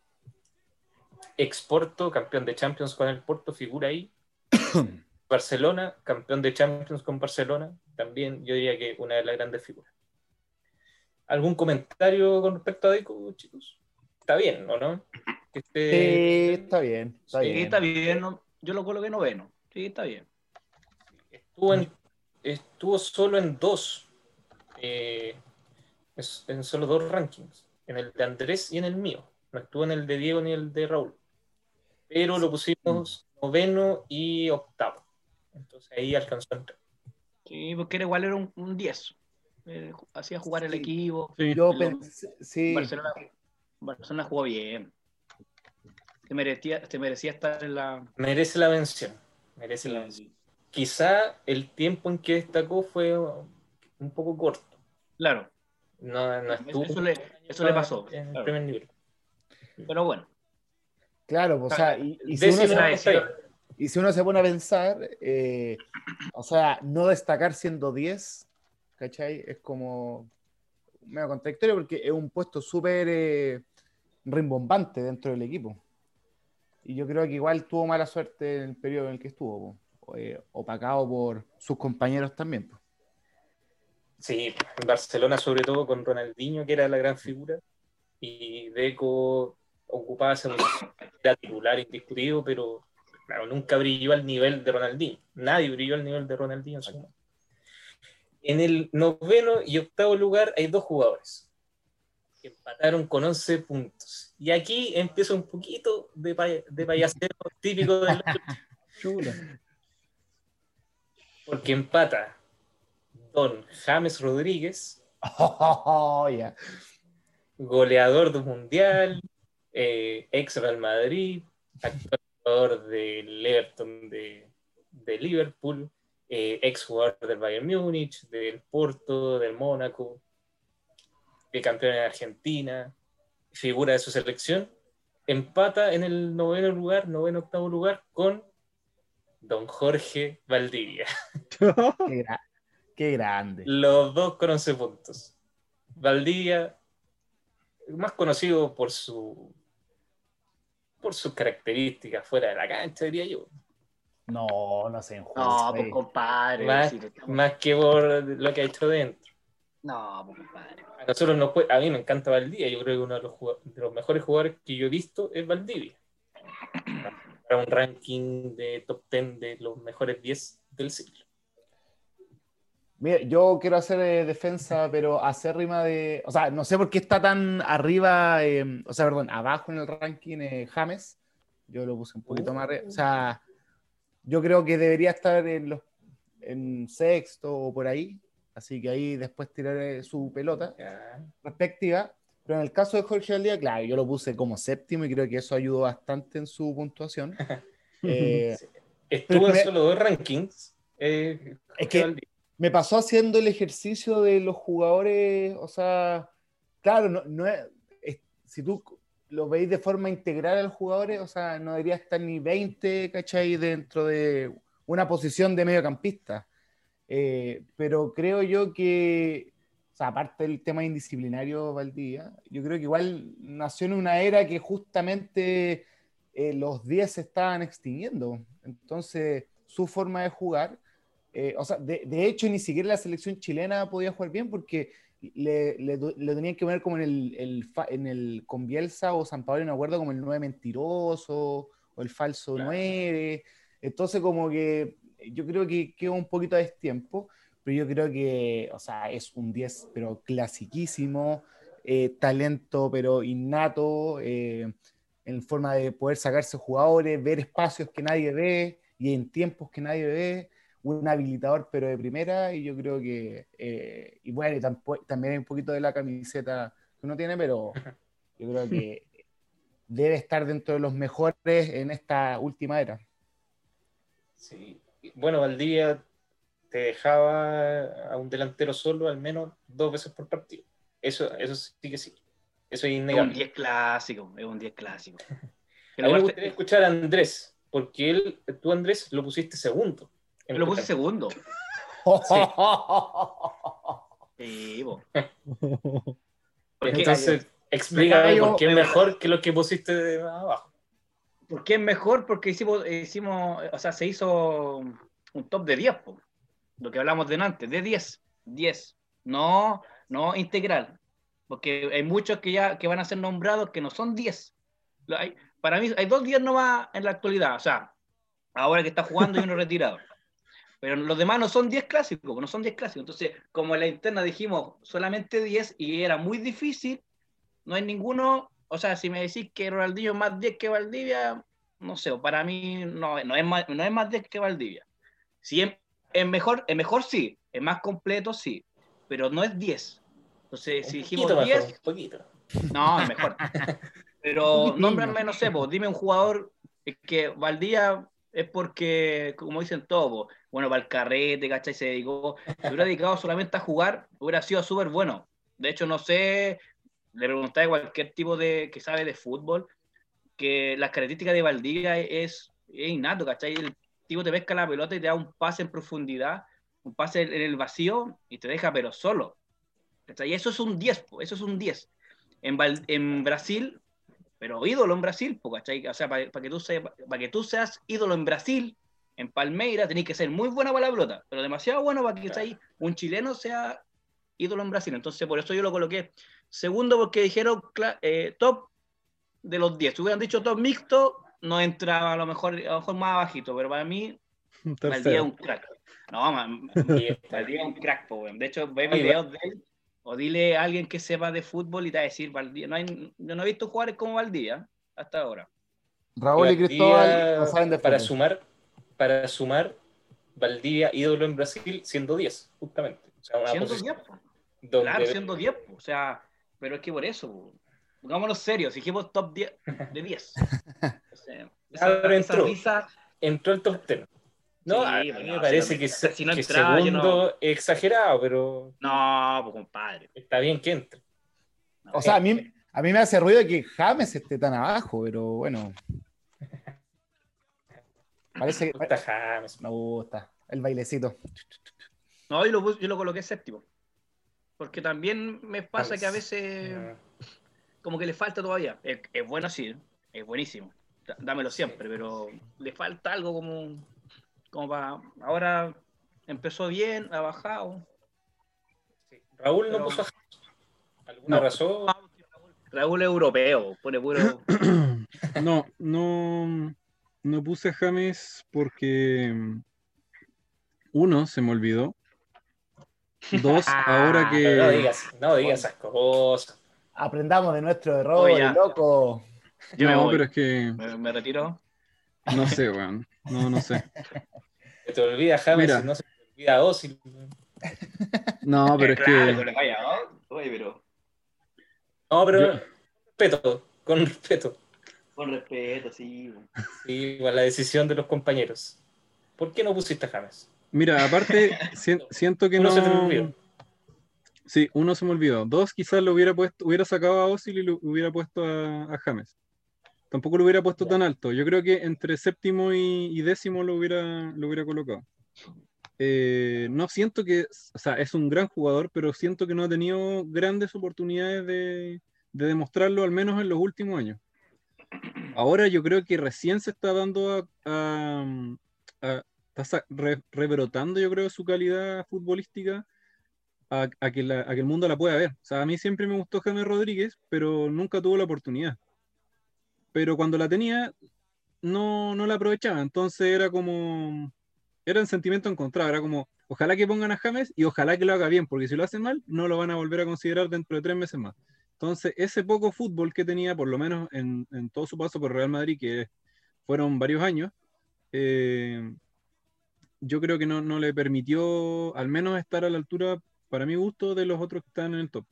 Exporto, campeón de Champions con el Porto, figura ahí. Barcelona, campeón de Champions con Barcelona, también yo diría que una de las grandes figuras. ¿Algún comentario con respecto a Deco, chicos? Está bien, ¿o no? Que esté- Sí, está bien. Está Sí, Sí, bien. está bien. ¿no? Yo lo coloqué noveno. Sí, está bien. Estuvo, en- estuvo solo en dos, eh, es- en solo dos rankings, en el de Andrés y en el mío. No estuvo en el de Diego ni el de Raúl. Pero lo pusimos noveno y octavo. Entonces ahí alcanzó a entrar. Sí, porque era igual era un, un diez. Eh, hacía jugar el Sí. equipo. Sí. Yo Lo- pensé, sí. Barcelona, Barcelona jugó bien. Se merecía, se merecía estar en la. Merece la mención. Merece la mención. Quizá el tiempo en que destacó fue un poco corto. Claro, No, no estuvo eso le, eso le pasó. en el claro. primer nivel. Pero bueno, Clalo, o sea, y, y si uno Décimo se, está bien. y si uno se pone a pensar, eh, o sea, no destacar siendo diez, ¿cachai? Es como medio contradictorio porque es un puesto súper eh, rimbombante dentro del equipo. Y yo creo que igual tuvo mala suerte en el periodo en el que estuvo, po, eh, opacado por sus compañeros también. Po. Sí, en Barcelona sobre todo con Ronaldinho, que era la gran figura, y Deco ocupaba esa posición, era titular indiscutido, pero claro, nunca brilló al nivel de Ronaldinho. Nadie brilló al nivel de Ronaldinho en su momento. En el noveno y octavo lugar hay dos jugadores que empataron con once puntos. Y aquí empieza un poquito de, pay de payaseo típico del Chula. porque empata Don James Rodríguez Oh, yeah. Goleador del Mundial, eh, ex Real Madrid, actual jugador del Everton de, de Liverpool, eh, ex jugador del Bayern Múnich, del Porto, del Mónaco, de campeón en Argentina, figura de su selección, empata en el noveno lugar, noveno octavo lugar con don Jorge Valdivia. Qué, gra- qué grande. Los dos con once puntos. Valdivia, más conocido por su por sus características fuera de la cancha, diría yo. No, no sé. No, pues compadre. Más, si estamos... más que por lo que ha hecho dentro. No, pues compadre. A nosotros nos puede, a mí me encanta Valdivia, yo creo que uno de los, de los mejores jugadores que yo he visto es Valdivia. Para un ranking de top diez de los mejores diez del siglo. Mira, yo quiero hacer eh, defensa, pero acérrima de... O sea, no sé por qué está tan arriba, eh, o sea, perdón, abajo en el ranking eh, James. Yo lo puse un poquito Uh. más arriba. O sea, yo creo que debería estar en, los, en sexto o por ahí. Así que ahí después tiraré su pelota Ya. respectiva. Pero en el caso de Jorge Valdivia, claro, yo lo puse como séptimo y creo que eso ayudó bastante en su puntuación. Eh, Estuvo pero en me- solo dos rankings. Eh, Es que- Valdivia. Me pasó haciendo el ejercicio de los jugadores, o sea, claro, no, no es, es- si tú lo veis de forma integral a los jugadores, o sea, no debería estar ni veinte, ¿cachai? Dentro de una posición de mediocampista. Eh, pero creo yo que, o sea, aparte del tema indisciplinario, Valdivia, yo creo que igual nació en una era que justamente eh, los diez se estaban extinguiendo. Entonces, su forma de jugar eh, o sea, de, de hecho, ni siquiera la selección chilena podía jugar bien porque le, le, le tenían que poner como en el, el, en el con Bielsa o San Pablo, no me acuerdo, como el nueve mentiroso o el falso Claro. nueve. Entonces, como que yo creo que quedó un poquito a destiempo, pero yo creo que, o sea, es un diez, pero clasiquísimo, eh, talento, pero innato, eh, en forma de poder sacarse jugadores, ver espacios que nadie ve y en tiempos que nadie ve, un habilitador pero de primera, y yo creo que, eh, y bueno, y tampo- también hay un poquito de la camiseta que uno tiene, pero yo creo que debe estar dentro de los mejores en esta última era. Sí. Bueno, Valdivia te dejaba a un delantero solo al menos dos veces por partido. Eso, eso sí que sí. Eso es Es un innegable. diez clásico, es un diez clásico. A mí me gustaría escuchar a Andrés, porque él, tú Andrés, lo pusiste segundo. en Lo tu puse ranking. segundo. Sí, po. Porque, Entonces, explícame callo, por qué es me- mejor que lo que pusiste de más abajo. ¿por qué es mejor? Porque hicimos, hicimos, o sea, se hizo un top de diez, po. Lo que hablamos de antes, de diez. diez. No, no integral. Porque hay muchos que ya que van a ser nombrados que no son diez. Lo hay- para mí hay dos diez nomás en la actualidad. O sea, ahora que está jugando y uno retirado. Pero los demás no son diez clásicos, no son diez clásicos. Entonces, como en la interna dijimos solamente diez y era muy difícil, no hay ninguno. O sea, si me decís que Ronaldinho es más diez que Valdivia, no sé, para mí no, no, es, más, no es más diez que Valdivia. Si es, es mejor, es mejor sí, es más completo sí, pero no es diez. Entonces, Un si poquito dijimos mejor, diez, un poquito. no, es mejor. Pero poquitillo. nómbrame, no sé, pues, dime un jugador que Valdivia es porque, como dicen todos, pues, bueno, para el carrete, ¿cachai? Se dedicó, se hubiera dedicado solamente a jugar, hubiera sido súper bueno. De hecho, no sé, le preguntáis a cualquier tipo de que sabe de fútbol, que las características de Valdivia es, es innato, ¿cachai? El tipo te pesca la pelota y te da un pase en profundidad, un pase en el vacío y te deja pero solo. ¿Cachai? Y eso es un diez, po, eso es un diez. En, Val, en Brasil, pero ídolo en Brasil, po, ¿cachai? O sea, para pa que, pa que tú seas ídolo en Brasil, en Palmeiras, tenés que ser muy buena para la pelota, pero demasiado bueno para que claro. un chileno sea ídolo en Brasil. Entonces, por eso yo lo coloqué segundo, porque dijeron eh, top de los diez. Si hubieran dicho top mixto, no entraba a lo mejor, a lo mejor más abajito, pero para mí, Valdivia es un crack. No, man, Valdivia es un crack, po, de hecho, ve videos de él, o dile a alguien que sepa de fútbol y te va a decir, Valdivia, no hay, yo no he visto jugadores como Valdivia hasta ahora. Raúl y, y Cristóbal no saben de para fútbol. sumar, para sumar, Valdivia ídolo en Brasil siendo diez, justamente. O sea, una siendo posición, diez, donde Claro, siendo diez, po, o sea, pero es que por eso, po, pongámonos serios, si dijimos top diez de diez. O sea, esa, Ahora esa entró. risa, entró el top ten. No, a, sí, a mí bueno, me si parece no, que, se- si no que entraba, yo no. segundo es exagerado, pero No, pues compadre. está bien que entre. No. O sea, a mí, a mí me hace ruido que James esté tan abajo, pero bueno. Parece que Me gusta James. me gusta el bailecito. No, yo lo, pus- yo lo coloqué séptimo. Porque también me pasa que a veces Mm, como que le falta todavía. Es, es bueno, sí, es buenísimo. D- Dámelo siempre, sí. pero le falta algo como, como para... Ahora empezó bien, ha bajado. Sí. Raúl no Pero- puso a James. ¿Alguna No. razón? Raúl es europeo, pone puro... No, no, no puse a James porque mm, uno, se me olvidó. Dos, ahora Ah, pero no que digas, no digas esas cosas. Aprendamos de nuestros Oh, errores, ya. loco. Yo me no, voy. pero es que Me, me retiro. no sé, weón. No, no sé. Se te olvida James Mira. y no se te olvida Ozil. No, pero es claro, que con la vaya, ¿no? Oye, pero No, pero yo, respeto, con respeto. con respeto, sí. Sí, igual la decisión de los compañeros. ¿Por qué no pusiste a James? mira, aparte sien- siento que Uno se te no. olvidó. Sí, uno se me olvidó. Dos, quizás lo hubiera puesto, hubiera sacado a Ozil y lo hubiera puesto a, a James. Tampoco lo hubiera puesto Ya. tan alto. Yo creo que entre séptimo y, y décimo lo hubiera, lo hubiera colocado. Eh, no siento que, o sea, es un gran jugador, pero siento que no ha tenido grandes oportunidades de, de demostrarlo, al menos en los últimos años. Ahora yo creo que recién se está dando a, a- a- está sa- re- rebrotando, yo creo, su calidad futbolística a, a que la- a que el mundo la pueda ver. O sea, a mí siempre me gustó James Rodríguez, pero nunca tuvo la oportunidad. Pero cuando la tenía, no, no la aprovechaba. Entonces era como, era un sentimiento encontrado. Era como, ojalá que pongan a James y ojalá que lo haga bien, porque si lo hacen mal, no lo van a volver a considerar dentro de tres meses más. Entonces, ese poco fútbol que tenía, por lo menos en, en todo su paso por Real Madrid, que fueron varios años, eh, yo creo que no, no le permitió al menos estar a la altura, para mi gusto, de los otros que están en el top.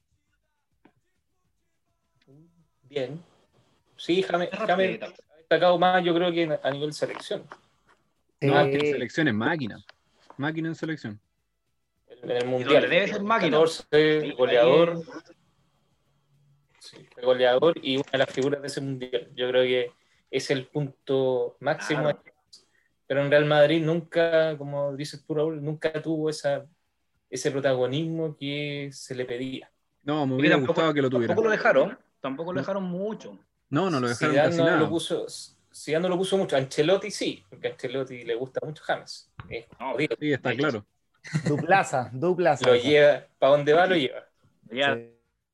Bien. Sí, James, Se James respeta. ha destacado más, yo creo que a nivel selección. No, es que en Eh, selección es máquina. Máquina en selección. En el Y Mundial. donde debe ser máquina. catorce, Ahí- goleador. ahí Sí, fue goleador y una de las figuras de ese Mundial. Yo creo que es el punto máximo. Claro. Pero en Real Madrid nunca, como dices tú, Raúl, nunca tuvo esa, ese protagonismo que se le pedía. No, me es que hubiera tampoco, gustado que lo tuviera. tampoco lo dejaron. Tampoco lo No. dejaron mucho. No, no lo dejaron Zidane casi no nada. lo puso, Zidane no lo puso mucho. A Ancelotti sí, porque a Ancelotti le gusta mucho James. Es No, jodido. Sí, está claro. duplaza, duplaza. Lo esa. lleva, para donde va lo lleva. Ya, Sí.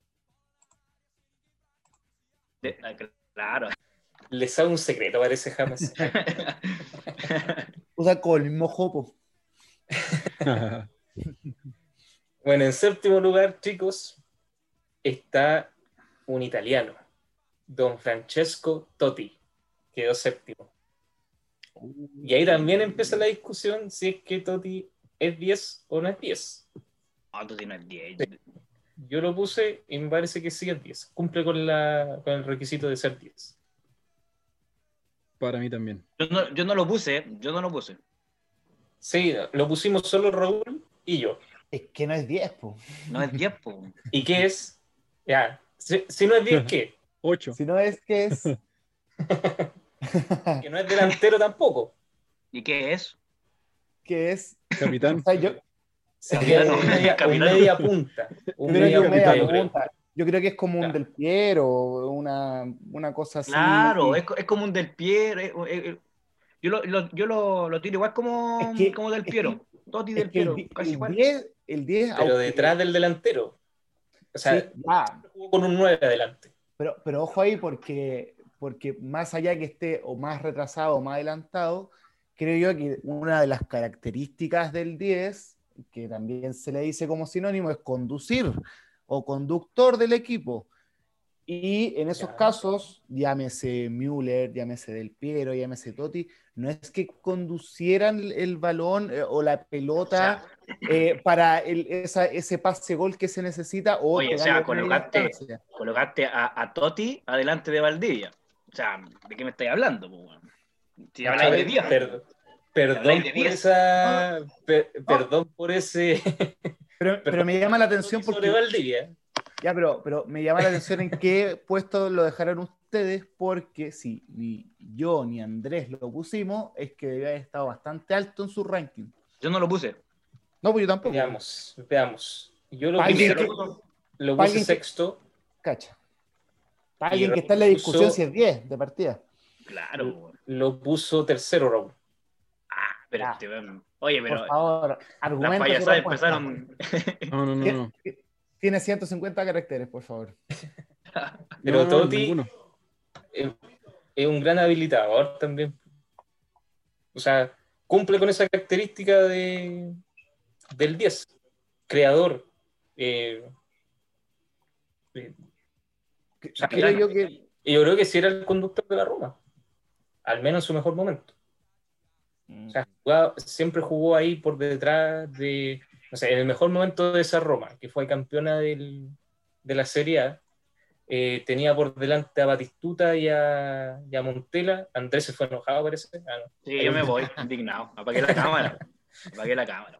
de- claro. Le sabe un secreto, parece James. Usa con el mismo jopo. Bueno, en séptimo lugar, chicos, está un italiano, Don Francesco Totti, quedó séptimo. Y ahí también empieza la discusión si es que Totti es diez o no es diez. No, tú tienes diez. Yo lo puse y me parece que sí es diez. Cumple con, la, con el requisito de ser diez. Para mí también. Yo no, yo no lo puse, yo no lo puse. Sí, lo pusimos solo Raúl y yo. Es que no es diez, po. No es diez, po. ¿Y qué es? Ya, si, si no es diez, ¿qué? Ocho. Si no es que es. Que no es delantero tampoco. ¿Y qué es? que es. Capitán. O sea, yo, Sería Capitano. un media, un Capitano. media punta. yo Un creo que media es punta, media yo creo. punta. Yo creo que es como un Claro. Del Piero, una, una cosa así. Claro, es, co- es como un Del Piero. es- es- es- yo lo, lo- yo lo, lo tiro igual como, Es que- como Del es que- Piero. Totti Es Del que el, Piero, di- casi el igual. diez, el diez, Pero aunque- detrás del delantero. O sea, sí, ya, jugó con un nueve adelante. pero, pero ojo ahí porque, porque más allá que esté o más retrasado o más adelantado, creo yo que una de las características del diez, que también se le dice como sinónimo, es conducir o conductor del equipo. Y en esos Ya. casos, llámese Müller, llámese Del Piero, llámese Totti, no es que conducieran el balón eh, o la pelota eh, para el- esa- ese pase gol que se necesita o Oye, o sea, pegarle de media colocaste, distancia. colocaste a, a Totti adelante de Valdivia. O sea, ¿de qué me estáis hablando, po, weón? Si habláis de ¿Cachai? diez, Per- si habláis perdón de por diez. esa. per- No, perdón por ese. pero, pero perdón me llama la por atención sobre porque Valdivia. ya, pero, pero me llama la atención en qué puesto lo dejaron ustedes, porque si ni yo ni Andrés lo pusimos, es que debe haber estado bastante alto en su ranking. Yo no lo puse. No, pues yo tampoco. Veamos, veamos. Yo lo Pa' puse, alguien ¿Lo que, puso? lo pa' puse alguien que, sexto cacha. Para y alguien que Raúl está en la discusión puso, si es diez de partida. Claro, po, weón. lo puso tercero, Raúl. Ah, pero Ya. este, weón. Oye, pero Por favor, las argumenta su payasadas respuesta. empezaron. No, no, no, no. Tiene ciento cincuenta caracteres, por favor. Pero No, Totti ninguno. es, es un gran habilitador también. O sea, cumple con esa característica de, del diez, creador. eh, eh, o sea, Creo yo que. y yo creo que sí era el conductor de la Roma, al menos en su mejor momento. O sea, jugaba- siempre jugó ahí por detrás de, no sé, en el mejor momento de esa Roma, que fue campeona del- de la Serie A, eh, tenía por delante a Batistuta y a, y a Montella. Andrés se fue enojado, parece. Ah, no. Sí, yo me voy, indignado. Apagué la cámara. Apagué la cámara.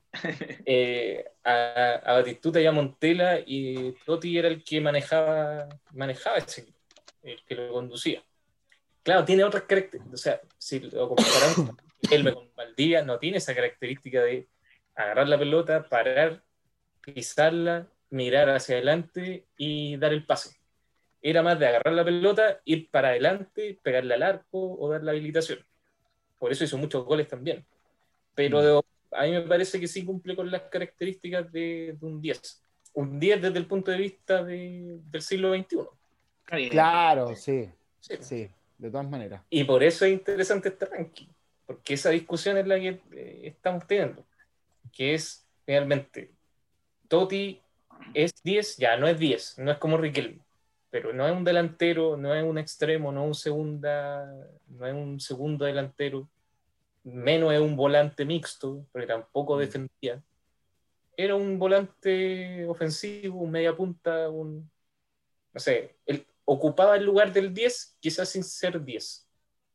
Eh, a, a Batistuta y a Montella, y Totti era el que manejaba, manejaba ese equipo, el que lo conducía. Claro, tiene otras características. O sea, si lo comparamos con Elme, con Valdivia, no tiene esa característica de agarrar la pelota, parar, pisarla, mirar hacia adelante y dar el pase. Era más de agarrar la pelota, ir para adelante, pegarle al arco o dar la habilitación. Por eso hizo muchos goles también. Pero Mm. de- a mí me parece que sí cumple con las características de, de un diez. Un diez desde el punto de vista de- del siglo veintiuno. Está bien. Claro, sí. Sí. Sí, de todas maneras. Y por eso es interesante este ranking, porque esa discusión es la que eh, estamos teniendo, que es realmente, Totti es diez, ya no es diez, no es como Riquelme, pero no es un delantero, no es un extremo, no es un segunda, no es un segundo delantero, menos es un volante mixto, porque tampoco Mm. defendía. Era un volante ofensivo, un media punta, un, no sé, él ocupaba el lugar del diez, quizás sin ser diez.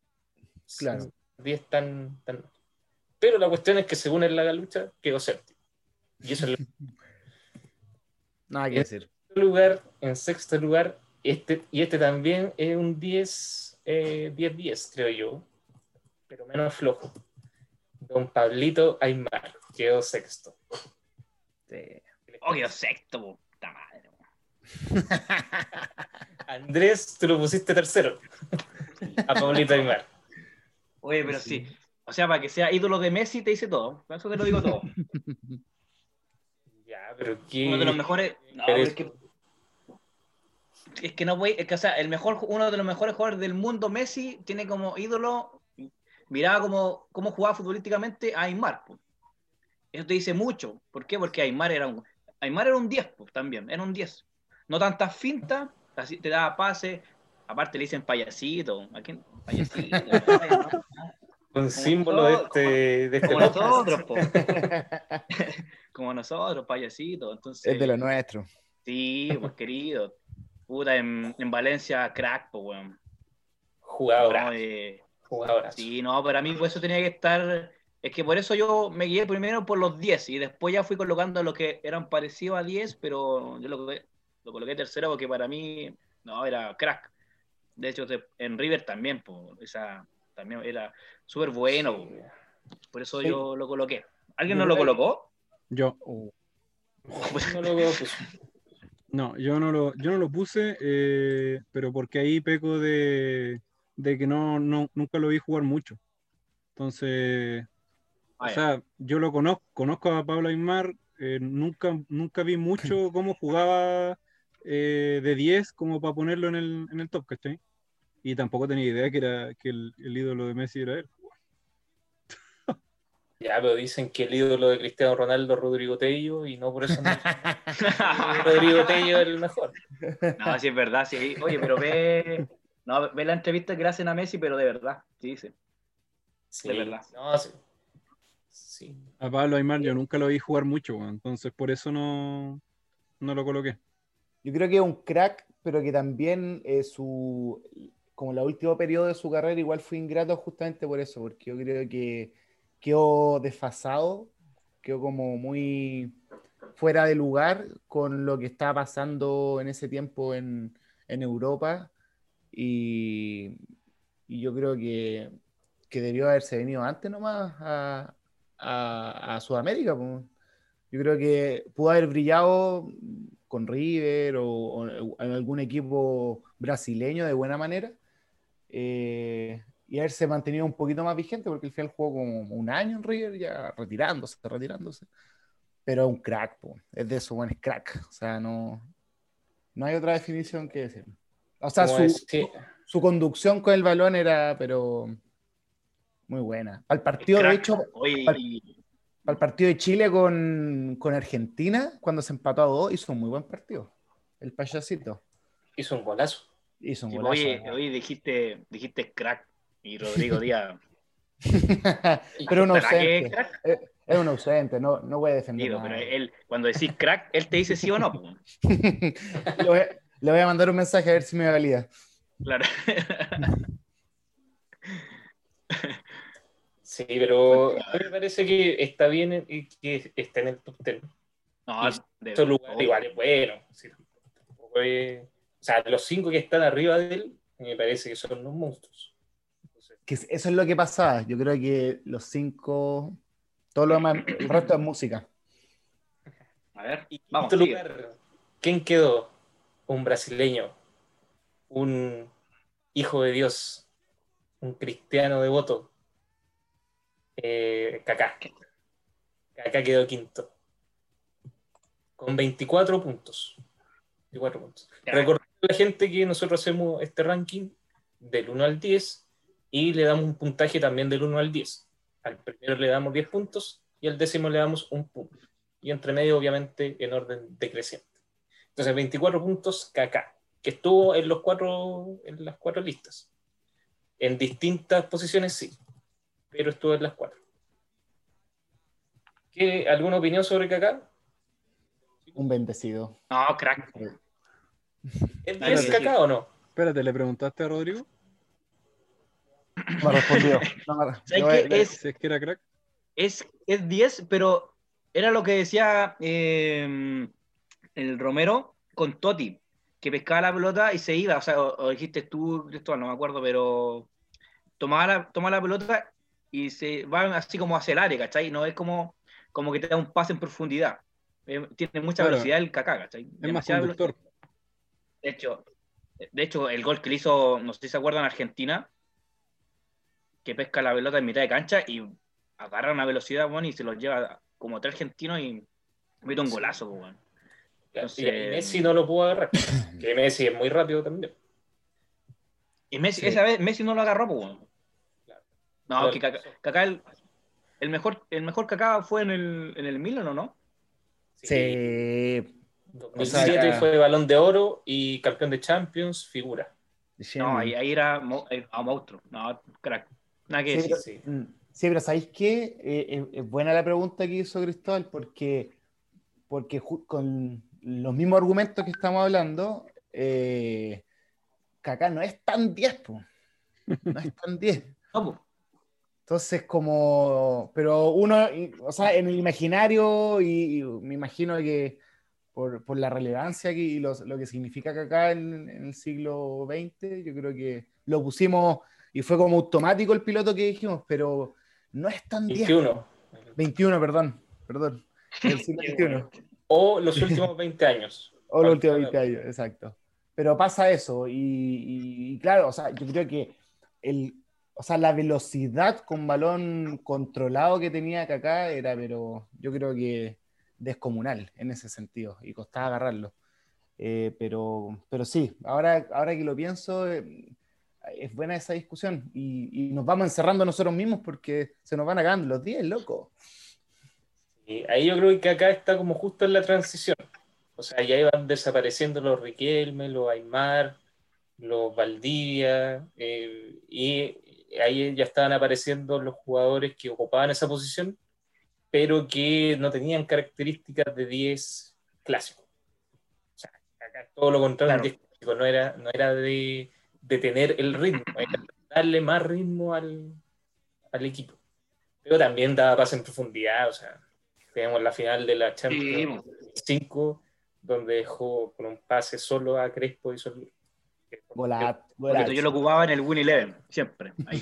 Claro. diez tan, tan... Pero la cuestión es que según el Lagalucha quedó séptimo. Y eso es Nada que En decir. el lugar, en sexto lugar, este, y este también es un diez, eh, diez diez, creo yo, pero menos flojo. Don Pablito Aymar quedó sexto. Sí. Oh, quedó sexto, puta madre. Andrés, tú lo pusiste tercero. A Pablito Aymar. Oye, pero sí. O sea, para que sea ídolo de Messi te dice todo. Por eso te lo digo todo. Ya, pero qué. Uno de los mejores. No, pero es que. Es que no voy. Es que, o sea, el mejor, uno de los mejores jugadores del mundo, Messi, tiene como ídolo. Miraba como, cómo jugaba futbolísticamente a Aymar. Po. Eso te dice mucho. ¿Por qué? Porque Aymar era un. Aymar era un diez, pues, también. Era un diez. No tantas fintas, así te daba pase. Aparte le dicen payasito. ¿A quién? Payasito. ¿no? Un símbolo de este, de este Como podcast. nosotros, po. Como nosotros, payasito. Entonces, Es de lo nuestro. sí, pues querido. Puta, en, en Valencia, crack, pues, weón. Jugador. No, eh, Jugadorazo. sí, no, para mí por eso tenía que estar. Es que por eso yo me guié primero por los diez y después ya fui colocando los que eran parecidos a diez, pero yo lo, coloqué- lo coloqué tercero porque para mí, no, era crack. De hecho, te- en River también, pues, esa también era súper bueno, po. Por eso Sí. yo lo coloqué. ¿Alguien Yo no lo creo que- colocó? Yo. No lo veo, pues. No, yo no lo, yo no lo puse, eh, pero porque ahí peco de, de que no, no, nunca lo vi jugar mucho. Entonces, Ah, o ya. sea, yo lo conozco, conozco a Pablo Aimar, eh, nunca, nunca vi mucho cómo jugaba eh, de diez como para ponerlo en el, en el top, ¿cachai? Y tampoco tenía idea que era que el, el ídolo de Messi era él. Ya, pero dicen que el ídolo de Cristiano Ronaldo es Rodrigo Tello y no por eso no. Rodrigo Tello es el mejor. No, sí es verdad, sí. Oye, pero ve, no, ve la entrevista que le hacen a Messi, pero de verdad, sí dice. Sí, De verdad. no, sí. Sí. A Pablo Aimar yo nunca lo vi jugar mucho, weón, entonces por eso no, no lo coloqué. Yo creo que es un crack, pero que también eh, su, como el último periodo de su carrera igual fue ingrato justamente por eso, porque yo creo que quedó desfasado, quedó como muy fuera de lugar con lo que estaba pasando en ese tiempo en, en Europa y, y yo creo que, que debió haberse venido antes nomás a, a, a Sudamérica, pues. Yo creo que pudo haber brillado con River o, o en algún equipo brasileño de buena manera eh, y haberse mantenido un poquito más vigente porque al final jugó como un año en River ya retirándose, retirándose. Pero es un crack, po. Es de eso, bueno, es crack. O sea, no, no hay otra definición que decir. O sea, Como su, decir, su conducción con el balón era, pero muy buena. Al El partido, de crack. hecho, Oye, al y- Para el partido de Chile con, con Argentina, cuando se empató a dos, hizo un muy buen partido. El payasito hizo un golazo. hizo un sí, golazo, oye, además. oye, dijiste, dijiste crack. Y Rodrigo Díaz, Pero un ¿será que es ausente. crack? Es, es un ausente, no, no voy a defender Digo, pero nada. él, cuando decís crack, él te dice sí o no, pues. le, voy, le voy a mandar un mensaje a ver si me valida. Claro. Sí, pero a mí me parece que está bien en- y que está en el top diez. Y No, su de, lugar obvio. igual es bueno. Sí, tampoco es- o sea, los cinco que están arriba de él, me parece que son unos monstruos. Entonces, Que eso es lo que pasaba. Yo creo que los cinco, todo lo demás, el resto es música. A ver, y quinto vamos, sigue. lugar, ¿quién quedó? Un brasileño, un hijo de Dios, un cristiano devoto, eh, Kaká. Kaká quedó quinto, con veinticuatro puntos. veinticuatro puntos. Recordar a la gente que nosotros hacemos este ranking del uno al diez y le damos un puntaje también del uno al diez. Al primero le damos diez puntos y al décimo le damos un punto. Y entre medio, obviamente, en orden decreciente. Entonces, veinticuatro puntos Kaká, que estuvo en, los cuatro, en las cuatro listas. En distintas posiciones, sí, pero estuvo en las cuatro. ¿Qué, ¿Alguna opinión sobre Kaká? Un bendecido. No, crack. ¿Es Nada que diez Espérate, decir. Kaká o no? espérate, ¿le preguntaste a Rodrigo No me respondió. No me, le ¿Sabes voy- qué? le- Es, si es que era crack? es, es diez, pero era lo que decía eh, el Romero con Totti, que pescaba la pelota y se iba. O sea, o, o dijiste tú, Cristóbal, no me acuerdo, pero tomaba la, toma la pelota y se va así como hacia el área, ¿cachai? No es como, como que te da un pase en profundidad. Eh, tiene mucha Claro, velocidad el Kaká, ¿cachai? es más Demasiada velocidad. conductor. De hecho, de hecho, el gol que le hizo, no sé si se acuerdan, Argentina, que pesca la pelota en mitad de cancha y agarra una velocidad, bueno, y se lo lleva como tres argentinos y mete un golazo, bueno. Y, y Entonces, Messi no lo pudo agarrar. Que Messi es muy rápido también. y Messi, Sí. esa vez Messi no lo agarró, pues, bueno. Claro. No, que Kaká, Kaká el, el mejor, el mejor Kaká fue en el, en el Milan, ¿o no? Sí. O sea, dos mil siete ya. fue Balón de Oro y campeón de Champions, figura. No, ahí, Champion. ahí era mo, eh, a monstruo. No, crack. Nada que Sí, decir. pero, Sí. mm, sí, pero ¿sabéis qué? Eh, es, es buena la pregunta que hizo Cristóbal porque, porque ju- con los mismos argumentos que estamos hablando, eh, Kaká no es tan diez, po. No es tan diez. No, pues, Entonces, como, pero uno, y- o sea, en el imaginario, y, y me imagino que por, por la relevancia que, y los- lo que significa Kaká en, en el siglo veinte, yo creo que lo pusimos y fue como automático el piloto que dijimos, pero no es tan diez, po. veintiuno. veintiuno, perdón, perdón, del siglo veintiuno. O los últimos veinte años. O los últimos veinte años, exacto. Pero pasa eso, y, y- y claro, o sea, yo creo que el, o sea, la velocidad con balón controlado que tenía Kaká era, pero yo creo que descomunal en ese sentido, y costaba agarrarlo. Eh, pero, pero sí, ahora, ahora que lo pienso, eh, es buena esa discusión y, y nos vamos encerrando nosotros mismos porque se nos van acabando los diez, loco. Y ahí yo creo que acá está como justo en la transición. O sea, ya iban desapareciendo los Riquelme, los Aymar, los Valdivia, eh, y ahí ya estaban apareciendo los jugadores que ocupaban esa posición, pero que no tenían características de diez clásicos. O sea, acá todo lo contrario, Claro. el diez clásico no era, no era de, de tener el ritmo, era darle más ritmo al, al equipo. Pero también daba pase en profundidad, o sea, tenemos la final de la Champions cinco, donde dejó con un pase solo a Crespo y solo. Volat, Porque volat. yo lo ocupaba en el Win Eleven, siempre. Ahí.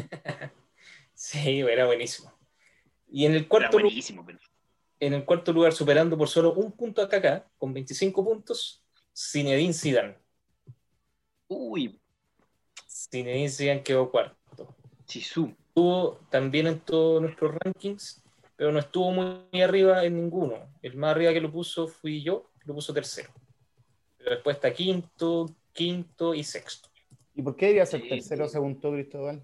Sí, era buenísimo. Y en el Era cuarto, buenísimo. Pero... en el cuarto lugar, superando por solo un punto a Kaká, con veinticinco puntos, Zinedine Zidane. Uy, Zinedine Zidane quedó cuarto. Sisu. Estuvo también en todos nuestros rankings, pero no estuvo muy arriba en ninguno. El más arriba que lo puso fui yo, que lo puso tercero. Pero después está quinto, quinto y sexto. ¿Y por qué debería ser Sí. tercero según tú, Cristóbal?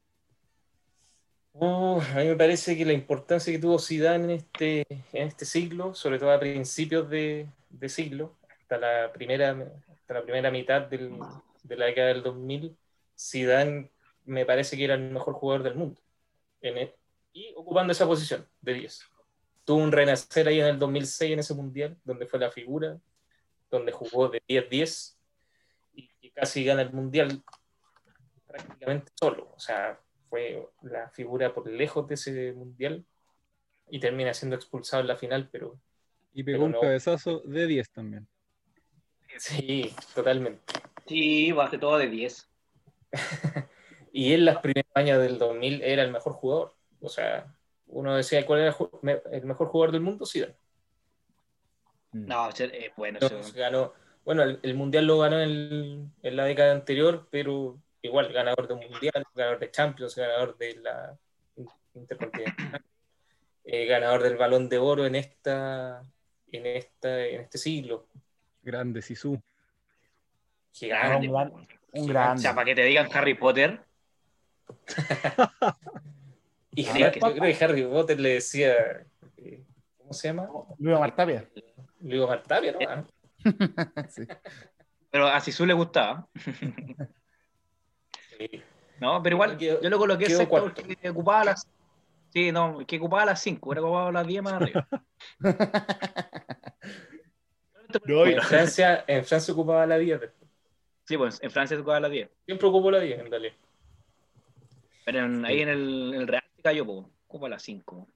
Uh, a mí me parece que la importancia que tuvo Zidane en este, en este siglo, sobre todo a principios de, de siglo, hasta la primera, hasta la primera mitad del, de la década del dos mil, Zidane me parece que era el mejor jugador del mundo. En el, y ocupando esa posición de diez. Tuvo un renacer ahí en el dos mil seis en ese mundial, donde fue la figura, donde jugó de diez diez y, y casi gana el mundial prácticamente solo. O sea, fue la figura por lejos de ese mundial y termina siendo expulsado en la final, pero Y pegó pero un no. cabezazo de diez también. Sí, totalmente. Sí, bate todo de diez. Y en las primeras años del dos mil era el mejor jugador. O sea, uno decía, ¿cuál era el mejor jugador del mundo? Sí. No, es bueno. Entonces, ganó, bueno, el, el mundial lo ganó en, en la década anterior, pero igual, ganador de un mundial, ganador de Champions, ganador de la Intercontinental, eh, ganador del Balón de Oro en esta, en esta, en este siglo. Grande Sisu. Gigante. un gran- un gigante. grande. O sea, para que te digan Harry Potter. Y A Harry- ver, yo papá. creo que Harry Potter le decía, eh, ¿cómo se llama? Luis Martapia. Luego Martapia, ¿no? Ah, Sí. Pero a Sisu le gustaba. sí. No, pero igual, Quedó- yo lo coloqué quedó sexto cuarto. porque ocupaba las. Sí, no, que ocupaba las cinco, era ocupaba las diez más arriba. No, En Francia, en Francia ocupaba la diez. Sí, pues en Francia se ocupaba las diez. Siempre ocupó la diez, en realidad. Pero en- ahí en el, en el Real se cayó, pues, ocupa las cinco.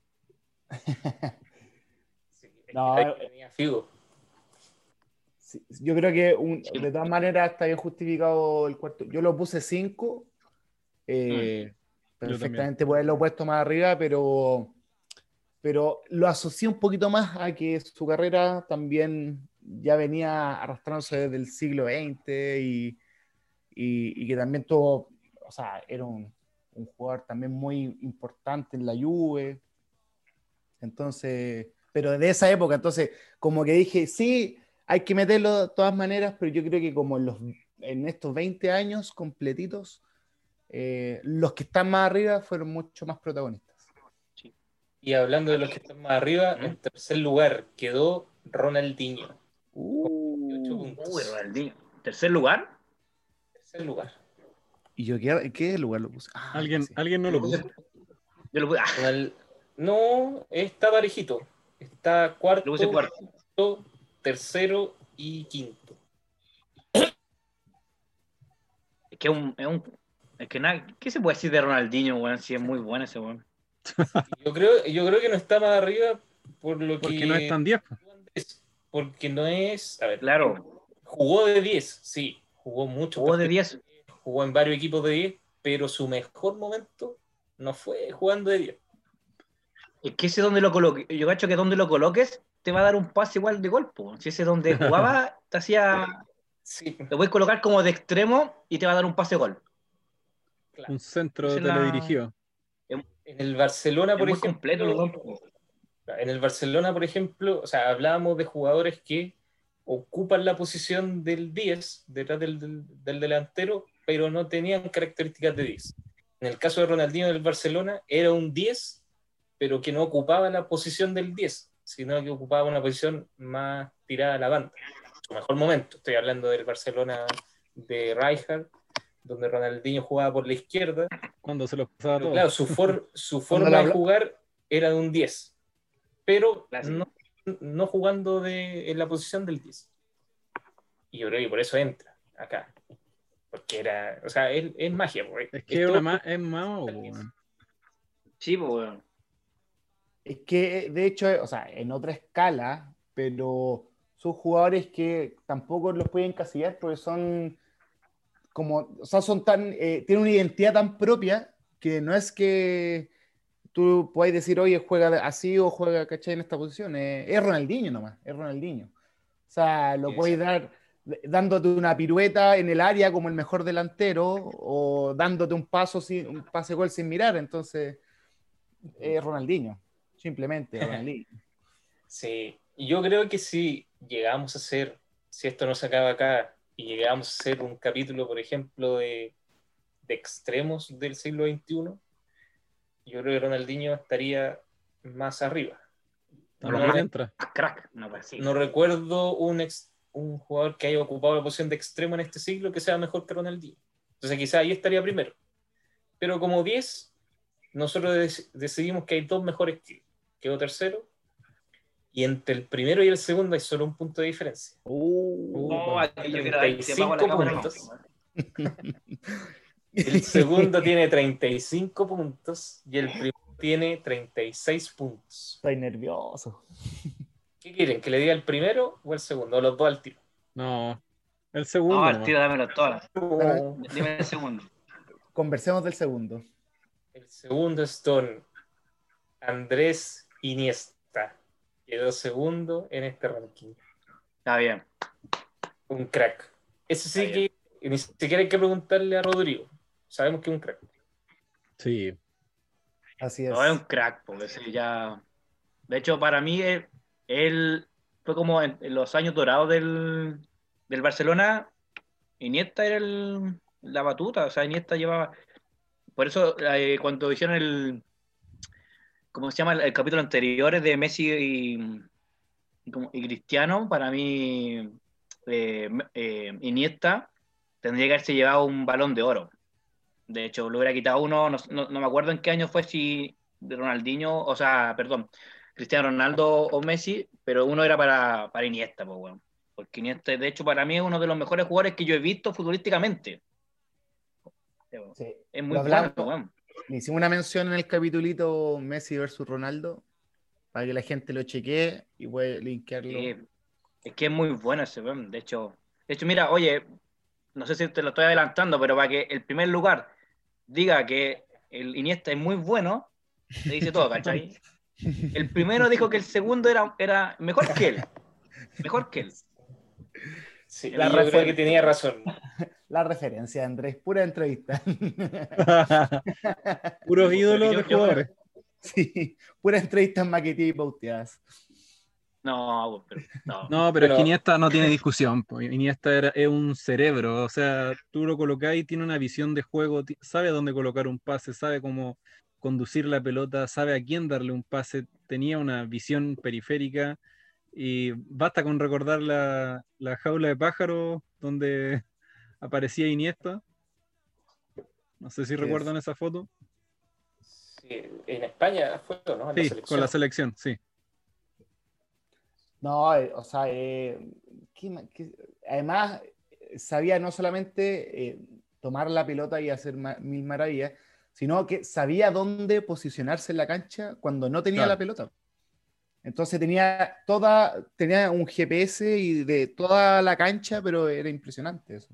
Sí, es que No, ahí eh, tenía Figo. sí, yo creo que un- Sí. de todas maneras está bien justificado el cuarto. Yo lo puse cinco. eh, perfectamente puede haberlo puesto más arriba, pero, pero lo asocié un poquito más a que su carrera también ya venía arrastrándose desde el siglo veinte y, y- y que también tuvo, o sea, era un, un jugador también muy importante en la Juve. Entonces, pero de esa época, entonces, como que dije, sí, hay que meterlo de todas maneras, pero yo creo que como en, los, en estos veinte años completitos, eh, los que están más arriba fueron mucho más protagonistas. Y hablando de los que están más arriba, en tercer lugar quedó Ronaldinho. veintiocho Uh, puntos. Uy, Ronaldinho. ¿Tercer lugar? Tercer lugar. ¿Y yo qué, qué lugar lo puse? Ah, ¿Alguien, sí. ¿Alguien no lo puso? Yo lo puse, ah, Ronald- No, está parejito. Está cuarto, lo puse cuarto. tercero y quinto. Es que es un. Es, un, es que nada. ¿Qué se puede decir de Ronaldinho, weón? Si es muy bueno ese weón. Yo creo, yo creo que no está más arriba por lo Porque que... no están diez. po. Porque no es... A ver, Claro, jugó de diez, sí. Jugó mucho. jugó de diez. Jugó en varios equipos de diez, pero su mejor momento no fue jugando de diez. Es que ese donde lo coloques. Yo cacho que donde lo coloques te va a dar un pase igual de gol, po. Si ese donde jugaba te hacía. Sí, Lo puedes colocar como de extremo y te va a dar un pase gol. claro. Un centro Esa es la- teledirigido. En el Barcelona, Es por muy ejemplo... completo el weón, po. En el Barcelona, por ejemplo, o sea, hablábamos de jugadores que ocupan la posición del diez detrás del, del, del delantero, pero no tenían características de diez. En el caso de Ronaldinho del Barcelona, era un diez, pero que no ocupaba la posición del diez, sino que ocupaba una posición más tirada a la banda. Su mejor momento, estoy hablando del Barcelona de Rijkaard, donde Ronaldinho jugaba por la izquierda. Cuando se los pasaba Pero todo. claro, su, for, su Cuando forma la de habla- jugar era de un diez, pero Clásico. no, no jugando de, en la posición del diez. Y yo creo que por eso entra acá. Porque era, o sea, es, es magia. Pues. Es que es todo- una ma- es mago, po, weón. Sí, pues, weón. Es que, de hecho, o sea, en otra escala, pero son jugadores que tampoco los pueden encasillar porque son como, o sea, son tan, eh, tienen una identidad tan propia que no es que tú puedas decir, oye, juega así o juega, ¿cachai? En esta posición. Eh, es Ronaldinho nomás, es Ronaldinho. O sea, lo Sí, puedes sí. dar dándote una pirueta en el área como el mejor delantero o dándote un paso sin, un pase gol sin mirar. Entonces, es Ronaldinho, simplemente Ronaldinho. Sí, y yo creo que si llegamos a hacer, si esto no se acaba acá, y llegamos a hacer un capítulo, por ejemplo, de, de extremos del siglo veintiuno, yo creo que Ronaldinho estaría más arriba. También No, entra. Crack, no, pues sí. no recuerdo un, ex- un jugador que haya ocupado la posición de extremo en este siglo que sea mejor que Ronaldinho. Entonces quizá ahí estaría primero. Pero como diez, nosotros dec- decidimos que hay dos mejores que quedó tercero, y entre el primero y el segundo hay solo un punto de diferencia. Uh, Oh, aquí yo quiero ver, te apago la treinta y cinco cámara. puntos. El segundo tiene treinta y cinco puntos y el primero tiene treinta y seis puntos. Estoy nervioso. ¿Qué quieren? ¿Que le diga el primero o el segundo? O los dos al tiro. No, el No, segundo al nomás. tiro, dámelo todas. Oh. Dime el segundo. Conversemos del segundo. El segundo es don Andrés Iniesta. Quedó segundo en este ranking. Está bien. Un crack. Ese sí Está que ni siquiera hay que preguntarle a Rodrigo. Sabemos que es un crack. Sí. Así es. No, es un crack, porque ese ya. De hecho, para mí, él, él fue como en, en los años dorados del, del Barcelona. Iniesta era el, la batuta, o sea, Iniesta llevaba. Por eso, eh, cuando hicieron el. ¿Cómo se llama? El, el capítulo anterior de Messi y, y, como- y Cristiano, para mí, eh, eh, Iniesta tendría que haberse llevado un balón de oro. De hecho, lo hubiera quitado uno, no, no- no me acuerdo en qué año fue, si de Ronaldinho, o sea, perdón, Cristiano Ronaldo o Messi, pero uno era para, para Iniesta, pues, weón. Porque Iniesta, de hecho, para mí es uno de los mejores jugadores que yo he visto futbolísticamente. Sí. Es muy Lo bueno, hablamos, weón. le hicimos una mención en el capitulito Messi versus Ronaldo para que la gente lo chequee y puede linkearlo. Sí, es que es muy bueno ese weón. De hecho, de hecho, mira, oye, no sé si te lo estoy adelantando, pero para que el primer lugar diga que el Iniesta es muy bueno, te dice todo, ¿cachai? El primero dijo que el segundo era, era mejor que él. Mejor que él. Sí, La y yo creo refer- que tenía razón. La referencia, Andrés, pura entrevista. Puros ídolos Yo- de yo- jugadores. Sí, pura entrevistas maqueteadas y pauteadas. No, pero no. No, pero es que Bueno. Iniesta no tiene discusión, po. Iniesta era- es un cerebro, o sea, tú lo colocás y tiene una visión de juego, ti- sabe dónde colocar un pase, sabe cómo conducir la pelota, sabe a quién darle un pase, tenía una visión periférica y basta con recordar la, la jaula de pájaros donde aparecía Iniesta. No sé si Así recuerdan es. esa foto. Sí, en España fue, ¿no? En la Sí, selección. con la selección, sí. No, eh, o sea, eh, ¿qué ma- qué- además eh, sabía no solamente eh, tomar la pelota y hacer ma- mil maravillas, sino que sabía dónde posicionarse en la cancha cuando no tenía Claro. la pelota. Entonces tenía toda, tenía un G P S y de toda la cancha, pero era impresionante eso.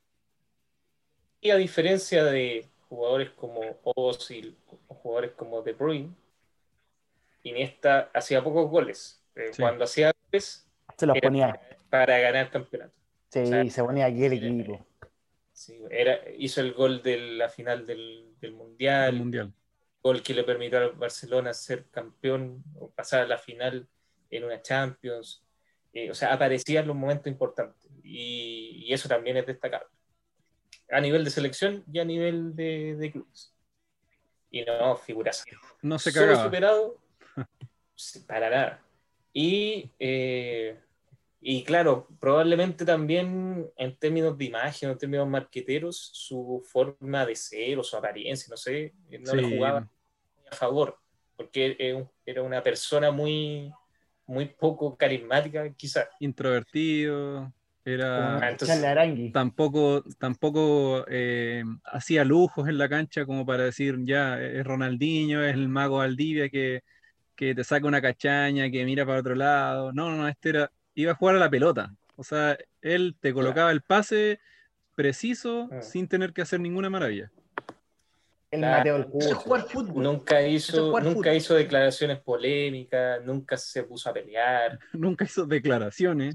Y a diferencia de jugadores como Ozil o jugadores como De Bruyne, Iniesta hacía pocos goles. Eh, Sí. Cuando hacía goles, Se los era ponía. para ganar campeonato. Sí, O sea, se ponía aquí el era- equipo. Sí, era, hizo el gol de la final del, del Mundial, Del Mundial. gol que le permitió al Barcelona ser campeón o pasar a la final en una Champions. Eh, o sea, aparecía en los momentos importantes y, y eso también es destacable. a nivel de selección y a nivel de, de clubes. Y no, figuras. No se Solo cagaba. superado, sí, para nada. Y, eh, y claro, probablemente también en términos de imagen, en términos marqueteros, su forma de ser o su apariencia, no sé, no le Sí, jugaba a favor, porque eh, era una persona muy, muy poco carismática, quizás. introvertido, Como era Ah, nuestro Charles entonces, Arangui. tampoco, tampoco eh, hacía lujos en la cancha como para decir, ya, es Ronaldinho, es el mago Valdivia que, que te saca una cachaña, que mira para otro lado. No, no, no, este era, iba a jugar a la pelota. O sea, él te claro, colocaba el pase preciso mm, sin tener que hacer ninguna maravilla. El claro, Mateo el Eso es Cucho. jugar fútbol. nunca Eso es hizo, jugar nunca fútbol. hizo declaraciones polémicas, nunca se puso a pelear, Nunca hizo declaraciones.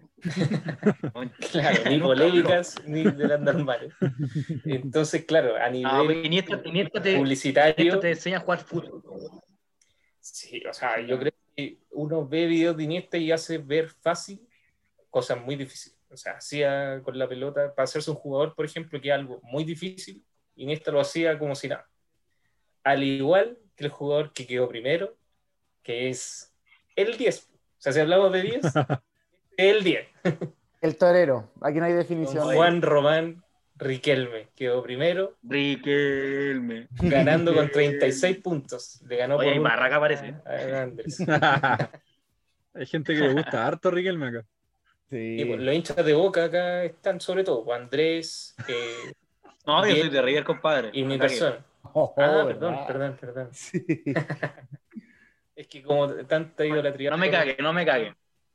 claro, ni Nunca habló. polémicas ni de las normales. Entonces, claro, a No, nivel pero Iniesta, Iniesta te, Iniesta publicitario, te enseña a jugar fútbol. sí, o sea, Sí, yo no. creo que uno ve videos de Iniesta y hace ver fácil cosas muy difíciles. O sea, hacía con la pelota, para hacerse un jugador, por ejemplo, que es algo muy difícil, Iniesta lo hacía como si nada. Al igual que el jugador que quedó primero, que es el diez. O sea, si hablamos de diez, el diez. El torero. Aquí no hay Don definición de. Oye, Juan Román Riquelme quedó primero, Riquelme. ganando con treinta y seis Riquelme. puntos. Le ganó Oye, por hay un Barraca parece. a a Andrés. Hay gente que le gusta harto Riquelme acá. Y pues, Sí. los hinchas de Boca acá están sobre todo, pues, Andrés, eh, No, yo soy de Diego River, compadre. y mi Me cagué. persona. Oh, Ah, oh, perdón, ¿verdad? perdón, perdón. Sí. Es que como tanta idolatría, No me por- cague, no me cague.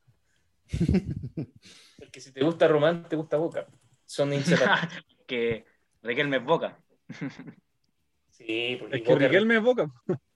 porque si te gusta Román, te gusta Boca. Son inseparables. Que Riquelme es Boca. Sí, porque Es que Boca Riquelme es Boca.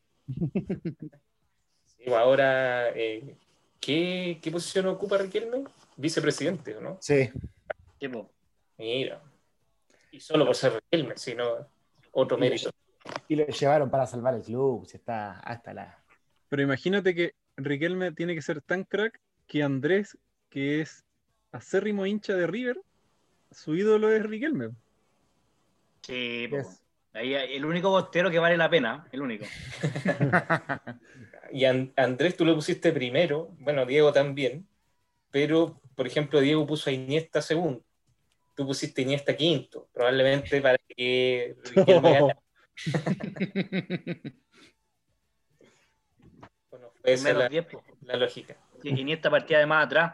sí, pues ahora, eh, ¿qué, ¿qué posición ocupa Riquelme? Vicepresidente, ¿o ¿no? Sí. Tipo, Mira. Y solo por ser Riquelme, sino otro Y lo, mérito. y lo llevaron para salvar el club. Si está hasta la. Pero imagínate que Riquelme tiene que ser tan crack que Andrés, que es acérrimo hincha de River, su ídolo es Riquelme. sí, po. Yes. Ahí hay el único bostero que vale la pena, el único. Y An- Andrés tú lo pusiste primero, bueno, Diego también, pero, por ejemplo, Diego puso a Iniesta segundo, tú pusiste a Iniesta quinto, probablemente para que Riquelme gane. Bueno, fue esa Menos la, diez, po. la lógica. Sí, Iniesta partía de más atrás.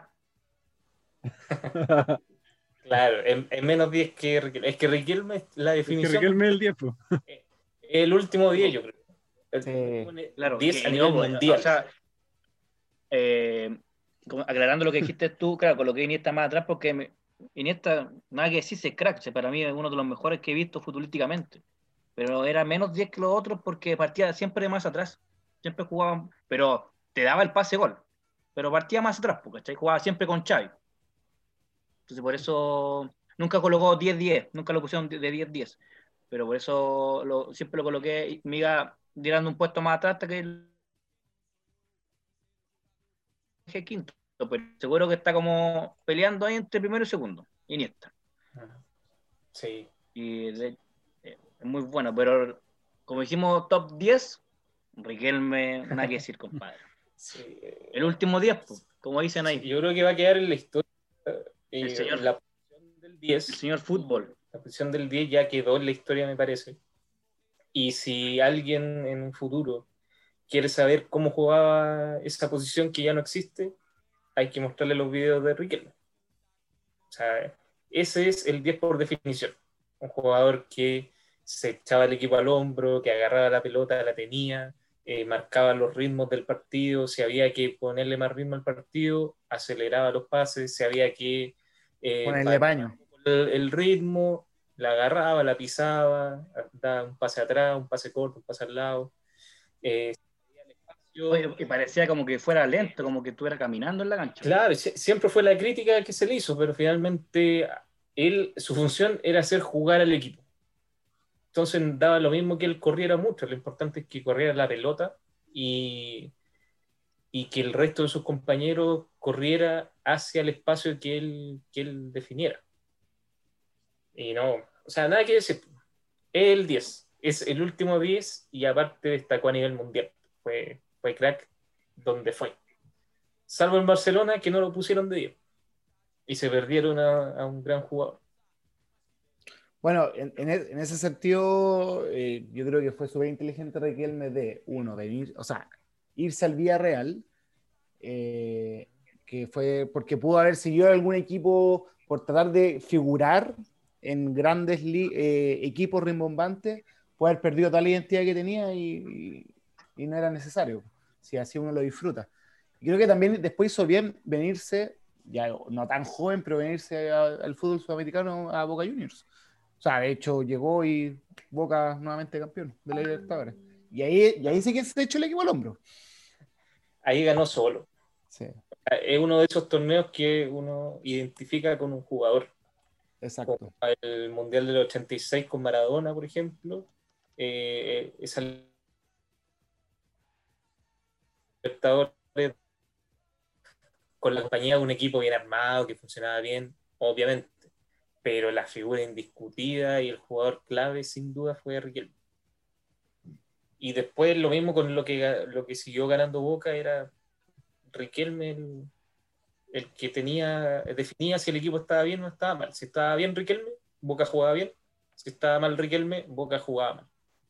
Claro, en, en menos diez que Riquelme. Es que Riquelme es la Es que definición, Riquelme es el diez, po. el último diez, yo creo. El Sí. Claro, diez que, a y nivel no, pues, mundial. o sea, eh, como aclarando lo que dijiste tú, claro, coloqué a Iniesta más atrás porque me- Iniesta, nada que decirse, es crack, sí, para mí es uno de los mejores que he visto futbolísticamente, pero era menos diez que los otros porque partía siempre más atrás, siempre jugaba, pero te daba el pase gol, pero partía más atrás, porque jugaba siempre con Xavi, entonces por eso nunca colocó diez diez, nunca lo pusieron de diez diez, pero por eso lo, siempre lo coloqué, y me iba tirando un puesto más atrás hasta que el dije quinto, pero seguro que está como peleando ahí entre primero y segundo, Iniesta. Sí. Y de- eh, es muy bueno, pero como dijimos, top diez, Riquelme, nada que decir, compadre. Sí. El último diez, pues, como dicen Sí, ahí, yo creo que va a quedar en la historia el eh, señor, la posición del el diez. señor fútbol. La posición del diez ya quedó en la historia, me parece. Y si alguien en un futuro quiere saber cómo jugaba esa posición que ya no existe, hay que mostrarle los videos de Riquelme. O sea, ese es el diez por definición. Un jugador que se echaba el equipo al hombro, que agarraba la pelota, la tenía, eh, marcaba los ritmos del partido, si había que ponerle más ritmo al partido, aceleraba los pases, si había que eh, Ponerle variar paño. el, el ritmo, la agarraba, la pisaba, daba un pase atrás, un pase corto, un pase al lado. Eh, Oye, y parecía como que fuera lento, como que estuviera caminando en la cancha. Claro, sie- siempre fue la crítica que se le hizo, pero finalmente él, su función era hacer jugar al equipo. Entonces daba lo mismo que él corriera mucho, lo importante es que corriera la pelota y, y que el resto de sus compañeros corriera hacia el espacio que él, que él definiera. Y no, o sea, nada que decir. Es el diez, es el último diez y aparte destacó a nivel mundial. Fue, fue crack donde fue. Salvo en Barcelona, que no lo pusieron de diez y se perdieron a, a un gran jugador. Bueno, en, en, e- en ese sentido, eh, yo creo que fue súper inteligente Riquelme de, uno, venir, o sea, irse al Villarreal, eh, que fue porque pudo haber seguido algún equipo por tratar de figurar en grandes li- eh, equipos rimbombantes, puede haber perdido toda la identidad que tenía y, y- y no era necesario, si así uno lo disfruta. Y creo que también después hizo bien venirse, ya no tan joven, pero venirse a- al fútbol sudamericano a Boca Juniors. O sea, de hecho llegó y Boca nuevamente campeón de la Libertadores. Y ahí, y ahí sí que se echó el equipo al hombro. Ahí ganó solo. Sí, Es uno de esos torneos que uno identifica con un jugador. Como exacto. el Mundial del ochenta y seis con Maradona, por ejemplo. Eh, esa Libertadores con la compañía de un equipo bien armado, que funcionaba bien, obviamente. Pero la figura indiscutida y el jugador clave, sin duda, fue Riquelme. Y después lo mismo con lo que, lo que siguió ganando Boca, era Riquelme el, el que tenía, definía si el equipo estaba bien o estaba mal. Si estaba bien Riquelme, Boca jugaba bien. Si estaba mal Riquelme, Boca jugaba mal.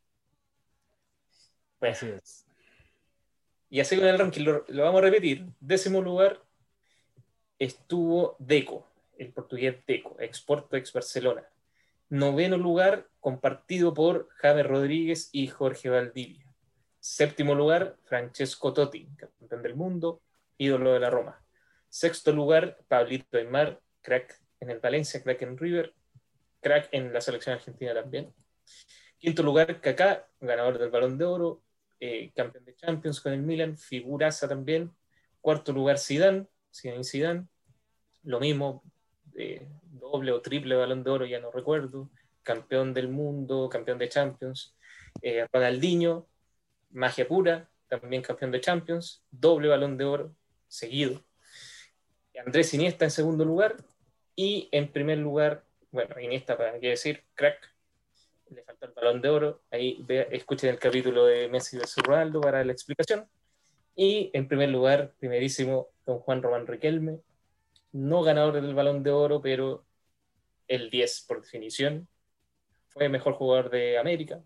Bueno, Así es. y así con el ranking, lo, lo vamos a repetir. Décimo lugar estuvo Deco, el portugués Deco, ex Porto, ex Barcelona. Noveno lugar, compartido por James Rodríguez y Jorge Valdivia. Séptimo lugar, Francesco Totti, campeón del mundo, ídolo de la Roma. Sexto lugar, Pablito Aimar, crack en el Valencia, crack en River, crack en la selección argentina también. Quinto lugar, Kaká, ganador del Balón de Oro, eh, campeón de Champions con el Milan, figuraza también. Cuarto lugar, Zidane, Zidane Zidane, lo mismo, eh, doble o triple Balón de Oro, ya no recuerdo, campeón del mundo, campeón de Champions. Eh, Ronaldinho, magia pura, también campeón de Champions, doble Balón de Oro, seguido. Andrés Iniesta en segundo lugar, y en primer lugar, bueno, Iniesta, para qué decir, crack, le faltó el Balón de Oro, ahí ve, escuchen el capítulo de Messi versus Ronaldo para la explicación. Y en primer lugar, primerísimo, don Juan Román Riquelme, no ganador del Balón de Oro, pero el diez por definición, fue mejor jugador de América,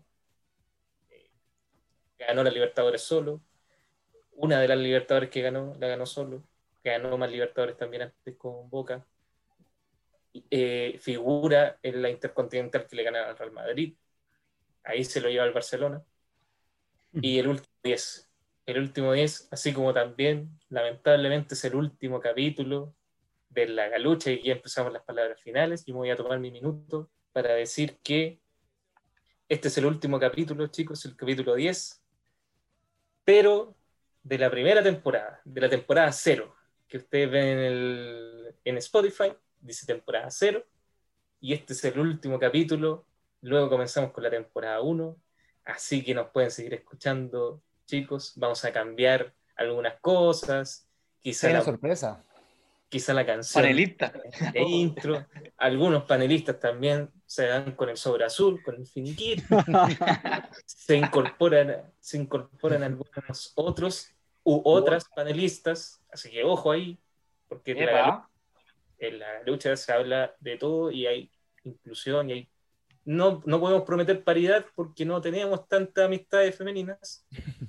ganó la Libertadores solo, una de las Libertadores que ganó, la ganó solo, ganó más Libertadores también antes con Boca, eh, figura en la Intercontinental que le gana al Real Madrid, ahí se lo lleva al Barcelona, y el último diez, el último diez, así como también, lamentablemente, es el último capítulo de la galucha, y ya empezamos las palabras finales, y me voy a tomar mi minuto para decir que este es el último capítulo, chicos, el capítulo diez, pero de la primera temporada, de la temporada cero, que ustedes ven en, el, en Spotify, dice temporada cero, y este es el último capítulo, luego comenzamos con la temporada uno, así que nos pueden seguir escuchando, chicos, vamos a cambiar algunas cosas, quizá Hay una la, sorpresa. quizá la canción Panelista. de intro, algunos panelistas también se dan con el sobre azul, con el finiquito, se incorporan, se incorporan algunos otros u otras panelistas, así que ojo ahí, porque la galucha, Epa. en la lucha se habla de todo y hay inclusión y hay... No, no podemos prometer paridad porque no tenemos tantas amistades femeninas,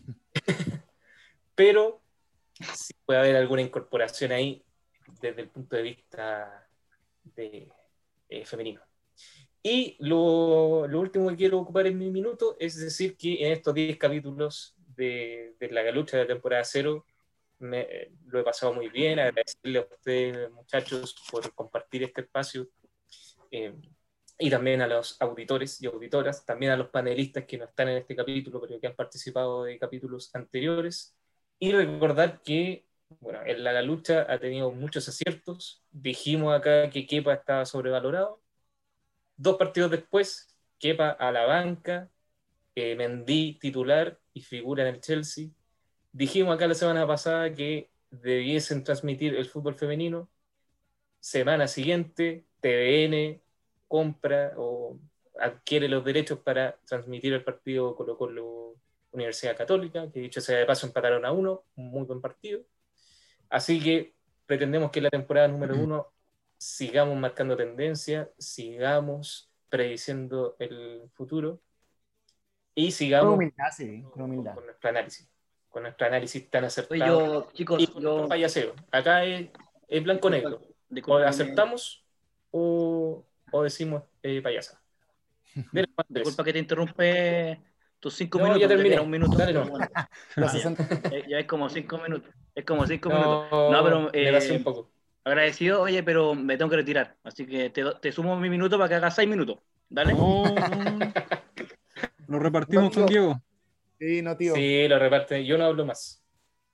pero sí puede haber alguna incorporación ahí desde el punto de vista de, eh, femenino. Y lo, lo, último que quiero ocupar en mi minuto es decir que en estos diez capítulos de, de la galucha de la temporada cero me, lo he pasado muy bien, agradecerle a ustedes muchachos por compartir este espacio, eh, y también a los auditores y auditoras, también a los panelistas que no están en este capítulo pero que han participado de capítulos anteriores, y recordar que bueno, en la galucha ha tenido muchos aciertos. Dijimos acá que Kepa estaba sobrevalorado. Dos partidos después, Kepa a la banca, eh, Mendy titular y figura en el Chelsea. Dijimos acá la semana pasada que debiesen transmitir el fútbol femenino. Semana siguiente, T V N compra o adquiere los derechos para transmitir el partido Colo-Colo Universidad Católica, que dicho sea de paso empataron a uno, un muy buen partido. Así que pretendemos que en la temporada número uno sigamos marcando tendencia, sigamos prediciendo el futuro y Con sigamos humildad, sí, con con, humildad. con nuestro análisis, con nuestro análisis tan Oye, acertado yo, chicos, y con nuestro yo, payaseo. Acá es, es disculpa, blanco-negro. O disculpa que me, acertamos o, o decimos eh, payasa. Dele, Juan disculpa Andrés. que te interrumpe tus cinco No, ya minutos, ya que era un terminé. minuto, Dale, pero no. bueno, Los ah, ya, sesenta Eh, ya es como cinco minutos, es como cinco minutos. No, No, pero me pasé un eh, poco. agradecido, oye, pero me tengo que retirar, así que te, te sumo mi minuto para que hagas seis minutos, ¿dale? No, no, no, no. Lo No, repartimos con tío. Diego. Sí, no, tío. Sí, lo reparte. Yo no hablo más.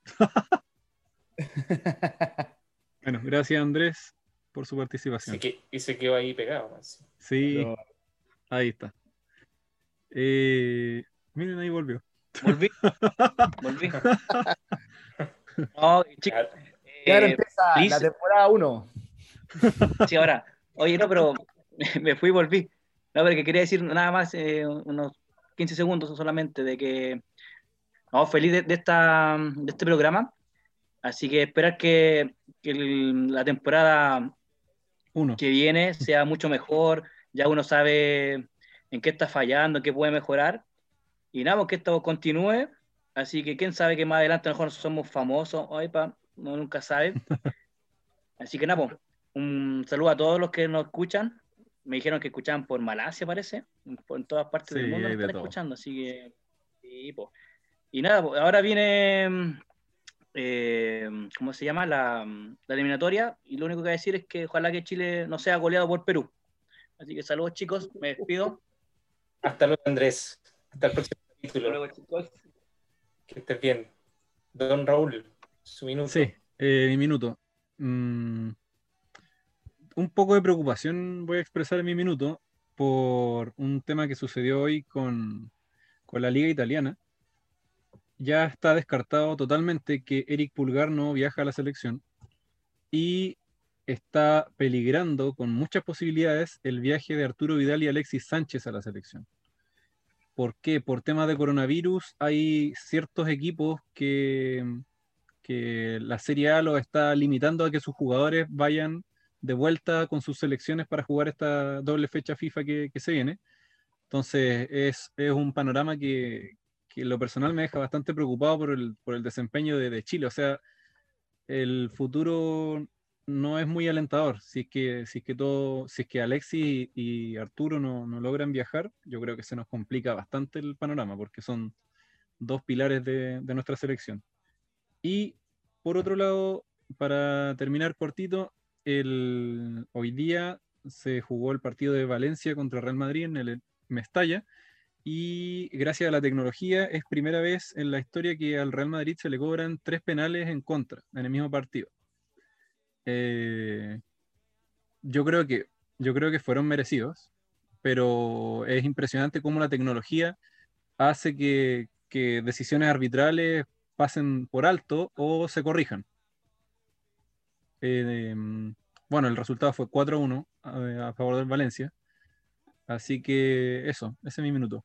Bueno, gracias Andrés por su Así participación. que, y se quedó ahí pegado. Más. Sí, No. ahí está. Eh, miren, ahí volvió. Volví, volví. No, chicos, Ya, Y ahora eh, empieza la feliz, temporada uno. sí, ahora, oye, no, pero me fui y volví. No, pero que quería decir nada más, eh, unos quince segundos solamente, de que, no, feliz de, de esta, de este programa. Así que esperar que, que el- la temporada Uno. que viene sea mucho mejor, ya uno sabe en qué está fallando, en qué puede mejorar, y nada, pues que esto continúe, así que quién sabe que más adelante a lo mejor somos famosos, oipa, uno nunca sabe, así que nada, pues, un saludo a todos los que nos escuchan, me dijeron que escuchaban por Malasia, parece, por en todas partes Sí, del mundo hay nos de están todo. escuchando, así que, sí, pues. Y nada, pues, ahora viene eh, ¿cómo se llama? La, la eliminatoria. Y lo único que voy a decir es que ojalá que Chile no sea goleado por Perú. Así que saludos, chicos. Me despido. hasta luego, Andrés. Hasta el próximo Hasta capítulo. luego, chicos. Que estés bien. Don Raúl, su minuto. Sí, eh, mi minuto. Mm, un poco de preocupación voy a expresar en mi minuto por un tema que sucedió hoy con, con la liga italiana. Ya está descartado totalmente que Eric Pulgar no viaja a la selección y está peligrando con muchas posibilidades el viaje de Arturo Vidal y Alexis Sánchez a la selección. ¿Por qué? Por temas de coronavirus hay ciertos equipos que, que la Serie A los está limitando a que sus jugadores vayan de vuelta con sus selecciones para jugar esta doble fecha FIFA que, que se viene. Entonces es, es un panorama que, que en lo personal me deja bastante preocupado por el, por el desempeño de, de Chile. O sea, el futuro no es muy alentador. Si es que, si es que todo, si es que Alexis y, y Arturo no, no logran viajar, yo creo que se nos complica bastante el panorama, porque son dos pilares de, de nuestra selección. Y por otro lado, para terminar cortito, el, hoy día se jugó el partido de Valencia contra Real Madrid en el Mestalla. Y gracias a la tecnología es primera vez en la historia que al Real Madrid se le cobran tres penales en contra en el mismo partido. Eh, yo creo que yo creo que fueron merecidos, pero es impresionante cómo la tecnología hace que, que decisiones arbitrales pasen por alto o se corrijan. Eh, bueno, el resultado fue cuatro a uno a, a favor del Valencia, así que eso, ese es mi minuto.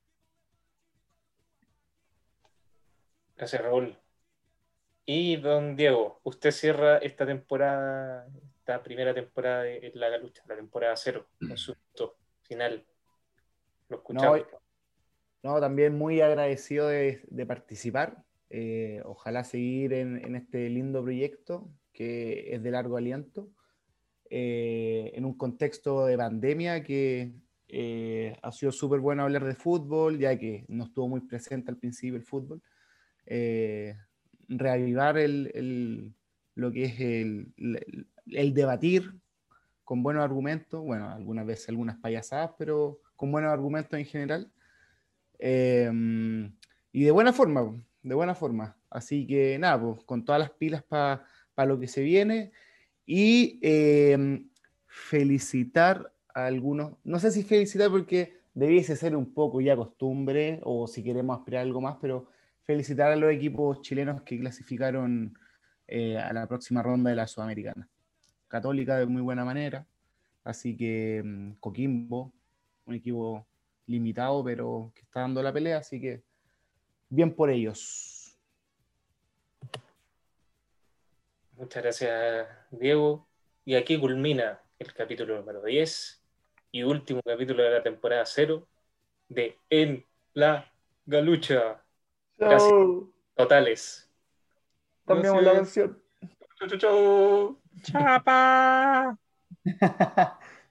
Gracias, Raúl. Y don Diego, usted cierra esta temporada, esta primera temporada de La Galucha, la temporada cero, con su minuto final. Lo No, escuchamos. no, también muy agradecido de, de participar. Eh, ojalá seguir en, en este lindo proyecto que es de largo aliento, eh, en un contexto de pandemia que eh, ha sido súper bueno hablar de fútbol, ya que no estuvo muy presente al principio el fútbol. Eh, reavivar el, el, lo que es el, el, el debatir con buenos argumentos, bueno, algunas veces algunas payasadas, pero con buenos argumentos en general. Eh, y de buena forma, de buena forma. Así que nada, pues, con todas las pilas para pa lo que se viene. Y eh, felicitar a algunos, no sé si felicitar porque debiese ser un poco ya costumbre, o si queremos aspirar a algo más, pero felicitar a los equipos chilenos que clasificaron eh, a la próxima ronda de la Sudamericana. Católica de muy buena manera, así que um, Coquimbo, un equipo limitado, pero que está dando la pelea, así que bien por ellos. Muchas gracias, Diego. Y aquí culmina el capítulo número diez y último capítulo de la temporada cero de En la Galucha. Gracias totales. Cambiamos la versión. Chau, chau, chau. ¡Chapa!